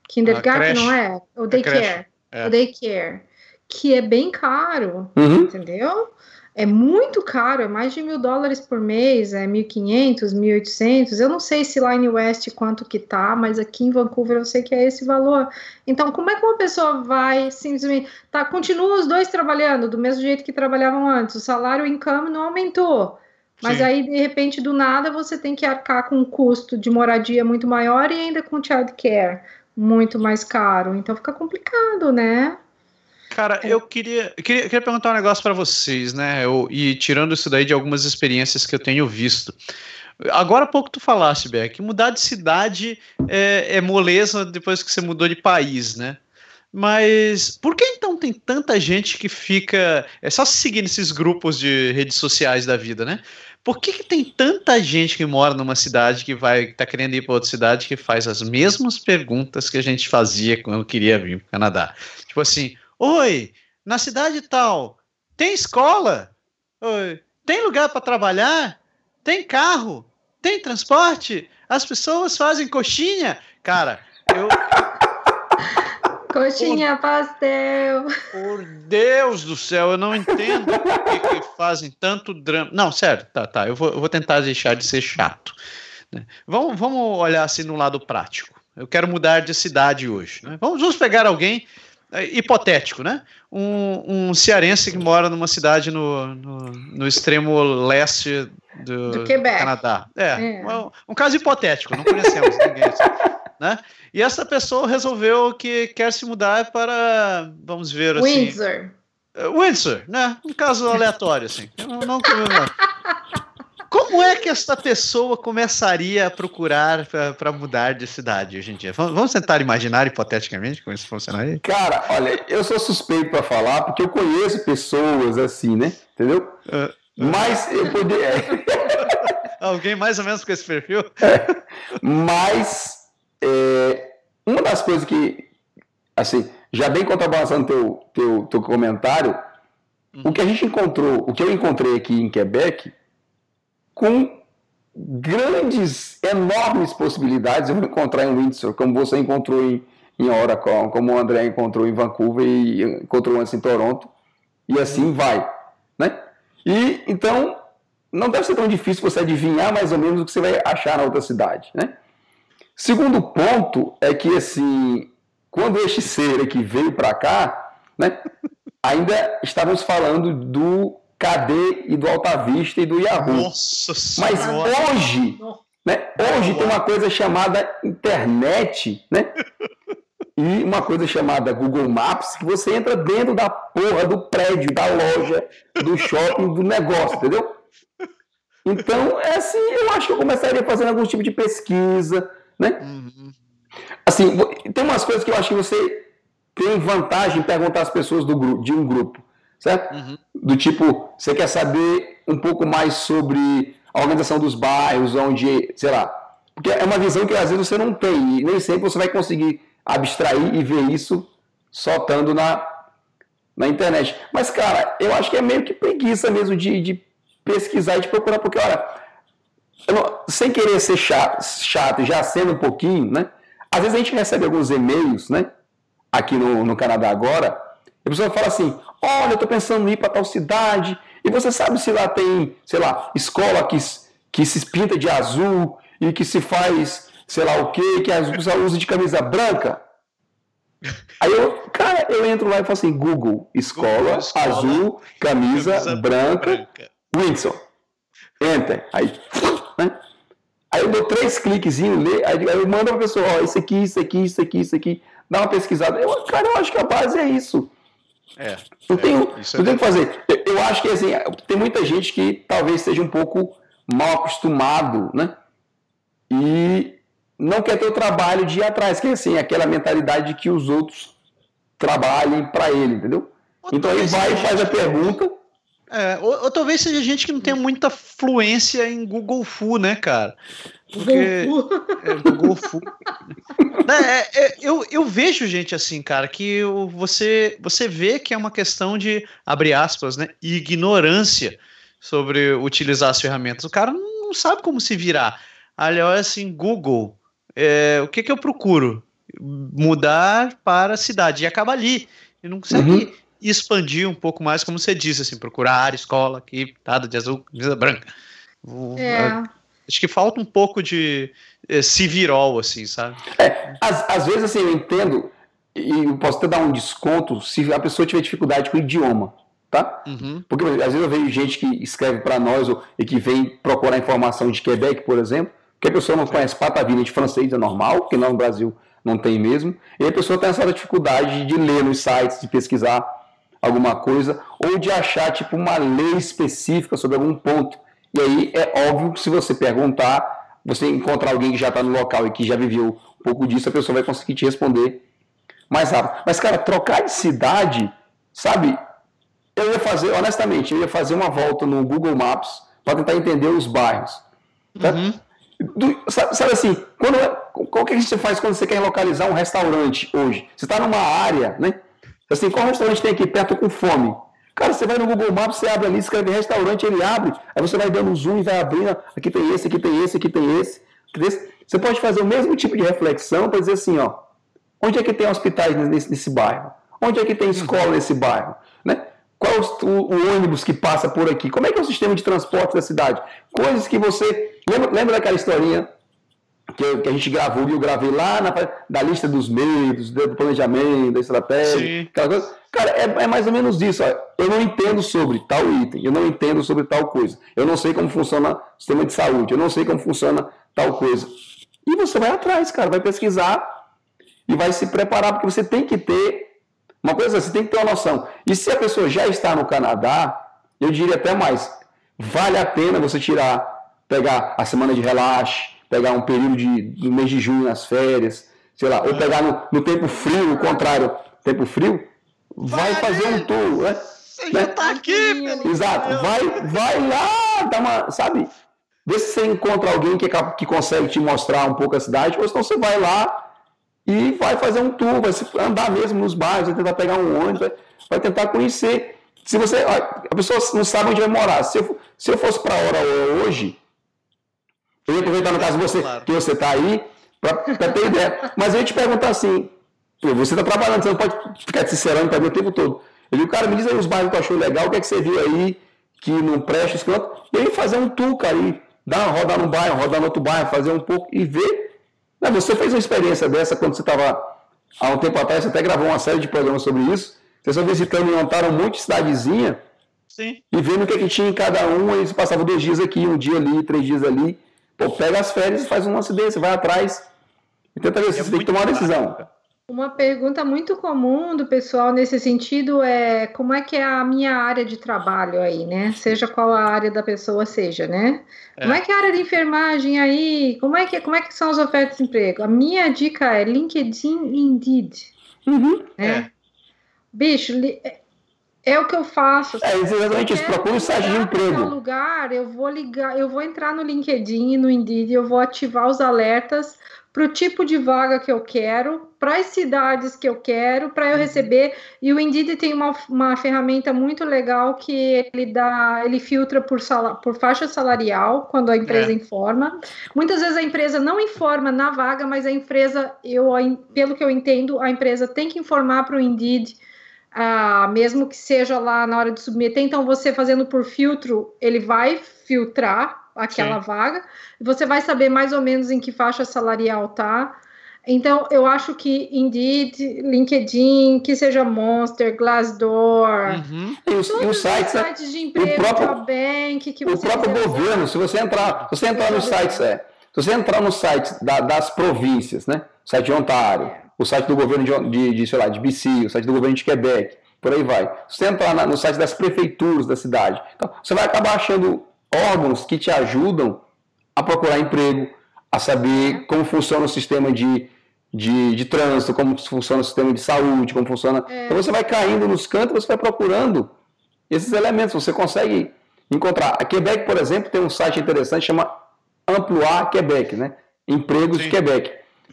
S4: Kindergarten não é? O daycare. O daycare. Que é bem caro, entendeu? É muito caro, é mais de $1.000 por mês, é 1.500, 1.800. Eu não sei se lá em West quanto que tá, mas aqui em Vancouver eu sei que é esse valor. Então, como é que uma pessoa vai simplesmente... Continua os dois trabalhando do mesmo jeito que trabalhavam antes, o salário, o income não aumentou. Mas aí, de repente, do nada, você tem que arcar com um custo de moradia muito maior e ainda com childcare muito mais caro. Então, fica complicado, né?
S2: Cara, eu queria perguntar um negócio para vocês, né? E tirando isso daí de algumas experiências que eu tenho visto. Agora há pouco tu falaste, Beck, que mudar de cidade é moleza depois que você mudou de país, né? Mas por que então tem tanta gente que fica... É só seguir nesses grupos de redes sociais da vida, né? Por que tem tanta gente que mora numa cidade que tá querendo ir para outra cidade que faz as mesmas perguntas que a gente fazia quando queria vir para o Canadá? Tipo assim... Oi, na cidade tal, tem escola? Oi, tem lugar para trabalhar? Tem carro? Tem transporte? As pessoas fazem coxinha? Cara,
S4: Coxinha, pastel.
S2: Por Deus do céu, eu não entendo por que fazem tanto drama. Não, sério, tá, eu vou tentar deixar de ser chato. Né? Vamos olhar assim no lado prático. Eu quero mudar de cidade hoje. Né? Vamos pegar alguém... hipotético, né? Um cearense que mora numa cidade no extremo leste do
S4: Quebec.
S2: Canadá. Um caso hipotético, não conhecemos ninguém. Né? E essa pessoa resolveu que quer se mudar para, vamos ver assim... Windsor, né? Um caso aleatório, assim. Não. Como é que esta pessoa começaria a procurar para mudar de cidade hoje em dia? Vamos tentar imaginar hipoteticamente como isso funcionaria?
S3: Cara, olha, eu sou suspeito para falar porque eu conheço pessoas assim, né? Entendeu? Mas eu poderia...
S2: Alguém mais ou menos com esse perfil?
S3: Mas uma das coisas que, assim, já bem contrabalançando teu comentário, o que a gente encontrou, o que eu encontrei aqui em Quebec... com grandes, enormes possibilidades, eu vou encontrar em Windsor, como você encontrou em Oracle, como o André encontrou em Vancouver e encontrou antes em Toronto, e assim vai, né? E, então, não deve ser tão difícil você adivinhar mais ou menos o que você vai achar na outra cidade, né? Segundo ponto é que, assim, quando este ser aqui veio para cá, né, ainda estávamos falando do KD e do Alta Vista e do Yahoo.
S2: Nossa
S3: Mas
S2: senhora.
S3: hoje, né, hoje tem uma coisa chamada internet, né? E uma coisa chamada Google Maps, que você entra dentro da porra do prédio, da loja, do shopping, do negócio, entendeu? Então, assim, eu acho que eu começaria fazendo algum tipo de pesquisa, né? Assim, tem umas coisas que eu acho que você tem vantagem em perguntar às pessoas de um grupo. Certo? Do tipo, você quer saber um pouco mais sobre a organização dos bairros, onde, sei lá, porque é uma visão que às vezes você não tem, e nem sempre você vai conseguir abstrair e ver isso só estando na internet. Mas, cara, eu acho que é meio que preguiça mesmo de pesquisar e de procurar, porque, olha, sem querer ser chato e já sendo um pouquinho, né? Às vezes a gente recebe alguns e-mails, né? Aqui no Canadá agora, e a pessoa fala assim, olha, eu tô pensando em ir para tal cidade, e você sabe se lá tem, sei lá, escola que se pinta de azul e que se faz, sei lá o quê, que a pessoa usa de camisa branca? Aí eu entro lá e falo assim, Google, escola azul, camisa branca, Windsor. Enter. Aí, né? Aí eu dou 3 cliquezinhos, aí eu mando pra pessoa, ó, isso aqui, dá uma pesquisada. Eu acho que a base é isso. Não tem o que fazer. Eu acho que assim, tem muita gente que talvez seja um pouco mal acostumado, né? E não quer ter o trabalho de ir atrás, que é assim, aquela mentalidade de que os outros trabalhem para ele, entendeu? Então ele vai e faz a pergunta.
S2: Ou talvez seja gente que não tem muita fluência em Google Fu, né, cara? Porque Google Fu. Eu vejo gente assim, cara, que você vê que é uma questão de, abre aspas, né, ignorância sobre utilizar as ferramentas. O cara não sabe como se virar. Olha assim, Google, o que eu procuro? mudar para a cidade e acaba ali. E não consegue expandir um pouco mais, como você disse, assim, procurar escola aqui, pintada de azul, camisa branca. Acho que falta um pouco de civirol, assim, sabe?
S3: Às vezes, assim, eu entendo, e eu posso até dar um desconto se a pessoa tiver dificuldade com o idioma, tá? Porque às vezes eu vejo gente que escreve para nós e que vem procurar informação de Quebec, por exemplo, que a pessoa não conhece patavina de francês, é normal, porque não no Brasil não tem mesmo, e a pessoa tem essa dificuldade de ler nos sites, de pesquisar alguma coisa, ou de achar tipo uma lei específica sobre algum ponto. E aí é óbvio que se você perguntar, você encontrar alguém que já está no local e que já viveu um pouco disso, a pessoa vai conseguir te responder mais rápido. Mas, cara, trocar de cidade, sabe? Honestamente, eu ia fazer uma volta no Google Maps para tentar entender os bairros. Tá? Sabe assim, qual que a gente faz quando você quer localizar um restaurante hoje? Você está numa área, né? Assim, qual restaurante tem aqui perto com fome? Cara, você vai no Google Maps, você abre ali, escreve restaurante, ele abre, aí você vai dando zoom e vai abrindo, aqui tem esse, aqui tem esse, aqui tem esse. Você pode fazer o mesmo tipo de reflexão para dizer assim, ó, onde é que tem hospitais nesse bairro? Onde é que tem escola nesse bairro? Né? Qual o ônibus que passa por aqui? Como é que é o sistema de transporte da cidade? Coisas que você... Lembra daquela historinha que a gente gravou, e eu gravei lá da lista dos meios, do planejamento, da estratégia, aquela coisa. Cara, é mais ou menos isso. Ó. Eu não entendo sobre tal item, eu não entendo sobre tal coisa. Eu não sei como funciona o sistema de saúde, eu não sei como funciona tal coisa. E você vai atrás, cara, vai pesquisar e vai se preparar, porque você tem que ter uma coisa, você tem que ter uma noção. E se a pessoa já está no Canadá, eu diria até mais, vale a pena você pegar a semana de relaxe, pegar um período do mês de junho nas férias, sei lá, ou pegar no tempo frio, o contrário, tempo frio, vai fazer um tour, né?
S2: Você já tá aqui, meu.
S3: Exato, vai lá, dá uma, sabe? Vê se você encontra alguém que consegue te mostrar um pouco a cidade, ou senão você vai lá e vai fazer um tour, vai andar mesmo nos bairros, vai tentar pegar um ônibus, vai tentar conhecer. Se você, a pessoa não sabe onde vai morar. Se eu fosse para Ottawa hoje, eu ia aproveitar no caso que você está aí, para ter ideia. Mas eu ia te perguntar assim, você está trabalhando, você não pode ficar sincerando para mim o tempo todo. O cara me diz aí os bairros que tu achou legal, o que é que você viu aí que não presta, esse canto. E aí fazer um tour, cara, e dar uma rodada num bairro, rodar no outro bairro, fazer um pouco e ver. Você fez uma experiência dessa quando você estava, há um tempo atrás, você até gravou uma série de programas sobre isso. Vocês estão visitando e montaram um monte de cidadezinha.
S2: Sim.
S3: E vendo o que tinha em cada um, eles passavam 2 dias aqui, 1 dia ali, 3 dias ali. Pô, pega as férias e faz um lance desse, vai atrás e tenta ver se você tem que tomar uma decisão.
S4: Uma pergunta muito comum do pessoal nesse sentido é como é que é a minha área de trabalho aí, né? Seja qual a área da pessoa seja, né? Como é que é a área de enfermagem aí? Como é que são as ofertas de emprego? A minha dica é LinkedIn e Indeed. Né? Bicho, é o que eu faço.
S3: Exatamente isso. Procura um site de emprego.
S4: Lugar, eu vou entrar no LinkedIn e no Indeed, eu vou ativar os alertas para o tipo de vaga que eu quero, para as cidades que eu quero, para eu receber. E o Indeed tem uma ferramenta muito legal que ele filtra por faixa salarial quando a empresa informa. Muitas vezes a empresa não informa na vaga, mas a empresa, pelo que eu entendo, a empresa tem que informar para o Indeed, mesmo que seja lá na hora de submeter. Então, você fazendo por filtro, ele vai filtrar aquela vaga, e você vai saber mais ou menos em que faixa salarial tá. Então, eu acho que Indeed, LinkedIn, que seja Monster, Glassdoor,
S3: todos os sites de emprego,
S4: Jobbank,
S3: o próprio governo, se você entrar nos sites, se você entrar no site das províncias, né? O site de Ontário, o site do governo de BC, o site do governo de Quebec, por aí vai. Se você entrar no site das prefeituras da cidade, então, você vai acabar achando órgãos que te ajudam a procurar emprego, a saber como funciona o sistema de trânsito, como funciona o sistema de saúde, como funciona... Então você vai caindo nos cantos, você vai procurando esses elementos, você consegue encontrar. A Quebec, por exemplo, tem um site interessante, chama Emploi Quebec, né? Empregos de Quebec,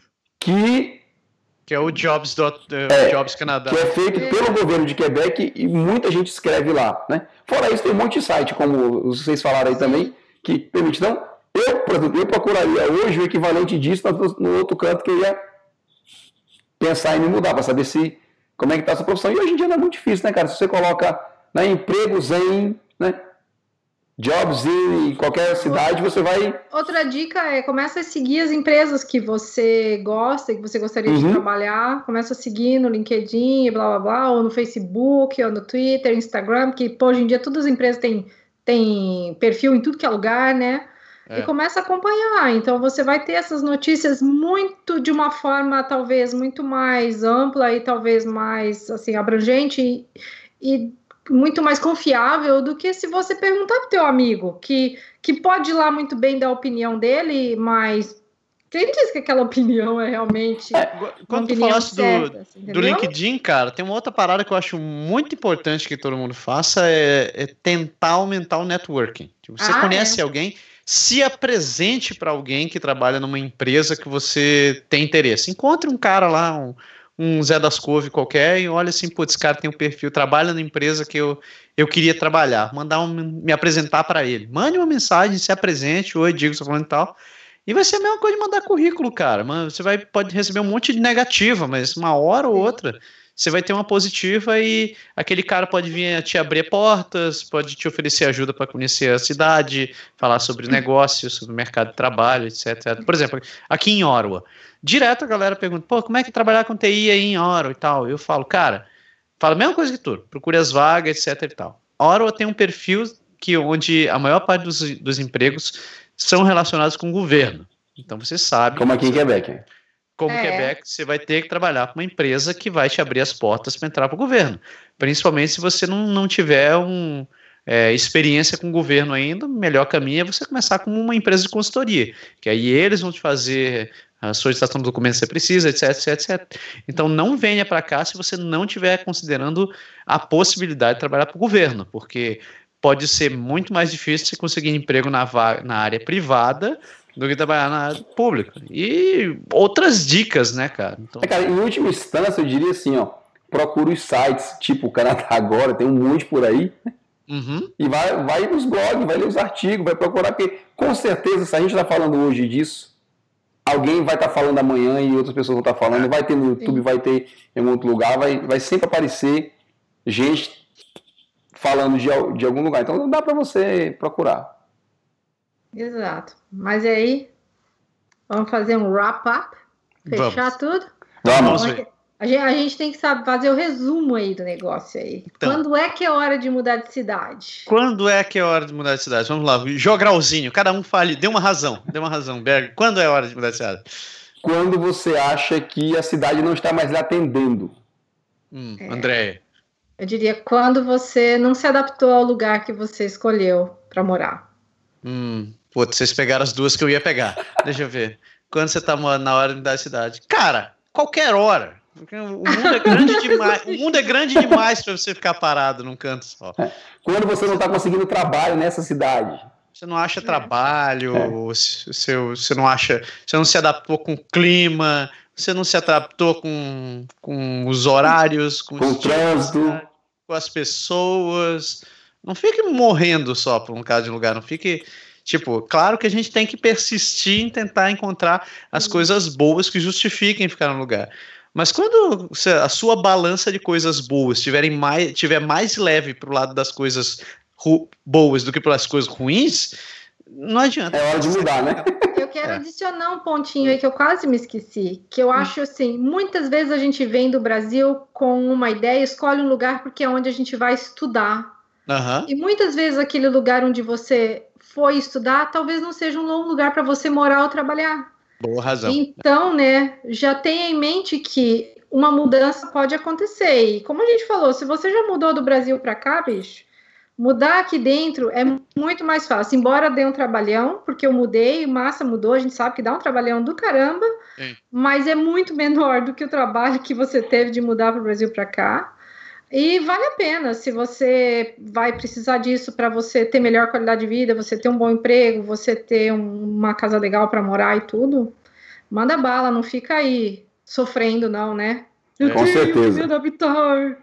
S3: que
S2: é o Jobs Canadá.
S3: Que é feito pelo governo de Quebec e muita gente escreve lá, né? Fora isso, tem um monte de site, como vocês falaram aí também, que permite. Então, por exemplo, eu procuraria hoje o equivalente disso no outro canto que eu ia pensar em me mudar, para saber como é que está a sua profissão. E hoje em dia não é muito difícil, né, cara? Se você coloca empregos em, né, jobs em qualquer cidade, você vai...
S4: Outra dica começa a seguir as empresas que você gosta, que você gostaria de trabalhar, começa a seguir no LinkedIn, blá, blá, blá, ou no Facebook, ou no Twitter, Instagram, que hoje em dia todas as empresas têm perfil em tudo que é lugar, né? E começa a acompanhar. Então, você vai ter essas notícias de uma forma, talvez, muito mais ampla e talvez mais, assim, abrangente e muito mais confiável do que se você perguntar para o teu amigo, que pode ir lá muito bem dar a opinião dele, mas quem diz que aquela opinião é realmente
S2: quando tu falaste do LinkedIn, cara, tem uma outra parada que eu acho muito importante que todo mundo faça, é tentar aumentar o networking. Tipo, você conhece alguém, se apresente para alguém que trabalha numa empresa que você tem interesse. Encontre um cara lá, um Zé das Couve qualquer, e olha assim, putz, esse cara tem um perfil, trabalha na empresa que eu queria trabalhar, me apresentar para ele. Mande uma mensagem, se apresente, oi, digo, estou falando e tal. E vai ser a mesma coisa de mandar currículo, cara. Você pode receber um monte de negativa, mas uma hora ou outra você vai ter uma positiva e aquele cara pode vir a te abrir portas, pode te oferecer ajuda para conhecer a cidade, falar sobre negócios, sobre o mercado de trabalho, etc. Por exemplo, aqui em Ottawa, direto a galera pergunta, pô, como é que é trabalhar com TI aí em Ottawa e tal? Eu falo, cara, fala a mesma coisa que tu, procure as vagas, etc e tal. Ottawa tem um perfil onde a maior parte dos empregos são relacionados com o governo. Então você sabe...
S3: Como aqui em Quebec.
S2: Quebec, você vai ter que trabalhar com uma empresa que vai te abrir as portas para entrar para o governo. Principalmente se você não tiver experiência com o governo ainda, o melhor caminho é você começar com uma empresa de consultoria, que aí eles vão te fazer a solicitação do documento que você precisa, etc. Então não venha para cá se você não estiver considerando a possibilidade de trabalhar para o governo, porque pode ser muito mais difícil você conseguir emprego na área privada do que trabalhar na área pública. E outras dicas, né, cara? Então...
S3: cara, em última instância, eu diria assim, procura os sites, tipo o Canadá Agora, tem um monte por aí, e vai nos blogs, vai ler os artigos, vai procurar, porque com certeza, se a gente está falando hoje disso, alguém vai estar falando amanhã e outras pessoas vão estar falando, vai ter no YouTube, vai ter em outro lugar, vai sempre aparecer gente falando de algum lugar. Então não dá para você procurar.
S4: Exato. Mas aí, vamos fazer um wrap-up? Fechar tudo?
S3: Vamos.
S4: A gente tem que fazer o resumo aí do negócio aí. Então, quando é que é hora de mudar de cidade?
S2: Quando é que é hora de mudar de cidade? Vamos lá, jogralzinho. Cada um fale, dê uma razão, Berg. Quando é hora de mudar de cidade?
S3: Quando você acha que a cidade não está mais lhe atendendo.
S2: Andréia.
S4: Eu diria quando você não se adaptou ao lugar que você escolheu para morar.
S2: Putz, vocês pegaram as duas que eu ia pegar. Deixa eu ver. Quando você tá na hora de mudar de cidade? Cara, qualquer hora. Porque o mundo é grande demais. O mundo é grande demais para você ficar parado num canto só.
S3: Quando você não está conseguindo trabalho nessa cidade.
S2: Você não acha trabalho, você não se adaptou com o clima, você não se adaptou com os horários, com
S3: o trânsito,
S2: com as pessoas. Não fique morrendo só por um caso de lugar, não fique... Tipo, claro que a gente tem que persistir em tentar encontrar as coisas boas que justifiquem ficar no lugar. Mas quando a sua balança de coisas boas tiver mais leve para o lado das coisas boas do que pelas coisas ruins, não adianta.
S3: É hora de mudar, né?
S4: Eu quero adicionar um pontinho aí que eu quase me esqueci, que eu acho assim, muitas vezes a gente vem do Brasil com uma ideia, escolhe um lugar porque é onde a gente vai estudar. E muitas vezes aquele lugar onde você foi estudar, talvez não seja um bom lugar para você morar ou trabalhar.
S2: Boa razão.
S4: Então, né, já tenha em mente que uma mudança pode acontecer. E como a gente falou, se você já mudou do Brasil para cá, bicho, mudar aqui dentro é muito mais fácil. Embora dê um trabalhão, porque eu mudei, massa mudou, a gente sabe que dá um trabalhão do caramba, mas é muito menor do que o trabalho que você teve de mudar para o Brasil para cá. E vale a pena, se você vai precisar disso para você ter melhor qualidade de vida, você ter um bom emprego, você ter uma casa legal para morar e tudo, manda bala, não fica aí sofrendo não, né?
S3: Com certeza.
S4: Me adaptar.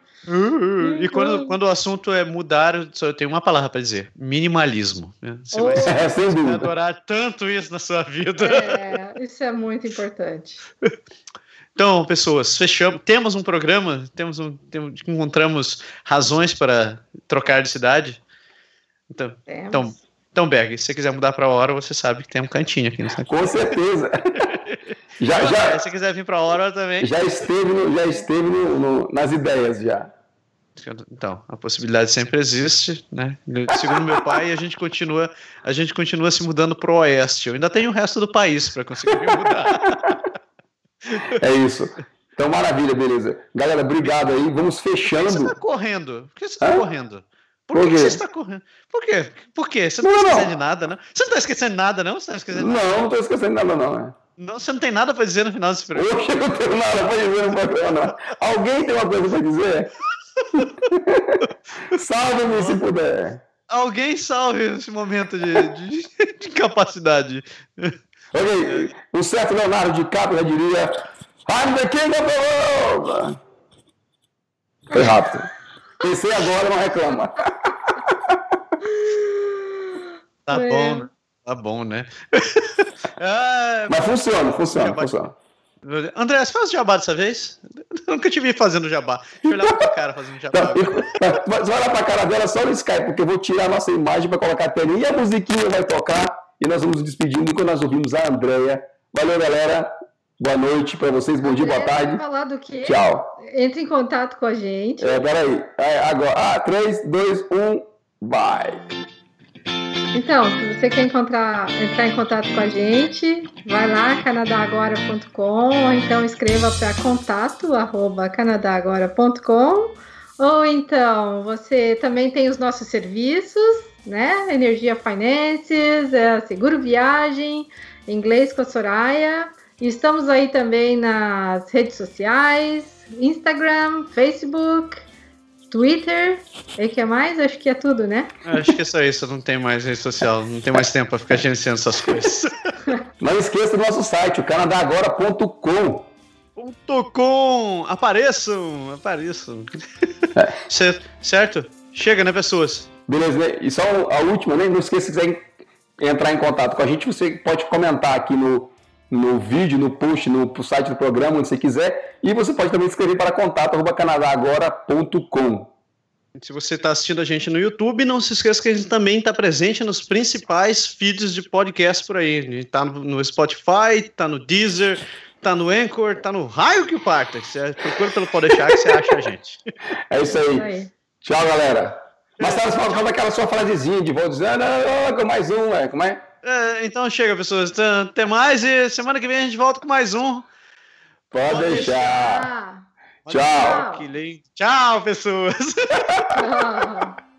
S2: E quando o assunto é mudar, eu tenho uma palavra para dizer: minimalismo. Você vai adorar tanto isso na sua vida.
S4: Isso é muito importante.
S2: Então, pessoas, fechamos. Temos um programa, encontramos razões para trocar de cidade. Então, Berg, se você quiser mudar para a hora, você sabe que tem um cantinho aqui no Instagram.
S3: Com certeza.
S2: Se você quiser vir para a hora também.
S3: Já esteve nas ideias já.
S2: Então, a possibilidade sempre existe, né? Segundo meu pai, a gente continua se mudando pro oeste. Eu ainda tenho o resto do país para conseguir mudar.
S3: É isso. Então, maravilha, beleza. Galera, obrigado aí. Vamos fechando.
S2: Por que você está correndo? Por que você está correndo? Por que você está correndo? Por quê? Você não está esquecendo de nada, não? Você não está esquecendo de nada, não? Você não
S3: estou esquecendo de nada, não. Né?
S2: Não, você não tem nada para dizer no final desse programa.
S3: Hoje eu não tenho nada para dizer no programa, não. Alguém tem uma coisa para dizer? Salve-me se puder.
S2: Alguém salve esse momento de incapacidade.
S3: Ok, o certo Leonardo DiCaprio já diria I'm the king of the world. Foi rápido. Pensei agora, não reclama.
S2: Tá bom, né?
S3: Mas funciona.
S2: André, você faz jabá dessa vez? Eu nunca te vi fazendo jabá. Deixa eu olhar pra tua cara fazendo jabá.
S3: Você vai olhar pra cara dela só no Skype, porque eu vou tirar a nossa imagem pra colocar a telinha e a musiquinha vai tocar e nós vamos nos despedindo enquanto nós ouvimos a Andréia. Valeu, galera. Boa noite pra vocês, bom dia, boa tarde.
S4: Falar do quê?
S3: Tchau.
S4: Entre em contato com a gente.
S3: Peraí. Agora. 3, 2, 1, vai.
S4: Então, se você quer entrar em contato com a gente, vai lá, canadagora.com, ou então escreva para contato@canadagora.com, ou então você também tem os nossos serviços, né? Energia Finances, Seguro Viagem, Inglês com a Soraya. E estamos aí também nas redes sociais, Instagram, Facebook, Twitter, e que é mais? Acho que é tudo, né?
S2: Acho que é só isso, não tem mais rede social, não tem mais tempo para ficar gerenciando essas coisas.
S3: Não esqueça do nosso site, o canadagora.com.
S2: Apareçam. Certo? Chega, né, pessoas?
S3: Beleza, né? E só a última, né? Não esqueça, se quiser entrar em contato com a gente, você pode comentar aqui no vídeo, no post, no site do programa, onde você quiser. E você pode também escrever para contato@canadagora.com.
S2: Se você está assistindo a gente no YouTube, não se esqueça que a gente também está presente nos principais feeds de podcast por aí. A gente está no Spotify, está no Deezer, está no Anchor, está no raio que parta. Você procura pelo Podeixar que você acha a gente.
S3: É isso aí. Tchau, galera. Mas tá falando aquela sua frasezinha de volta dizendo, mais um, como é?
S2: Então chega, pessoas. Até mais e semana que vem a gente volta com mais um.
S3: Pode deixar. Tchau.
S2: Que lindo. Tchau, pessoas.
S4: Tchau.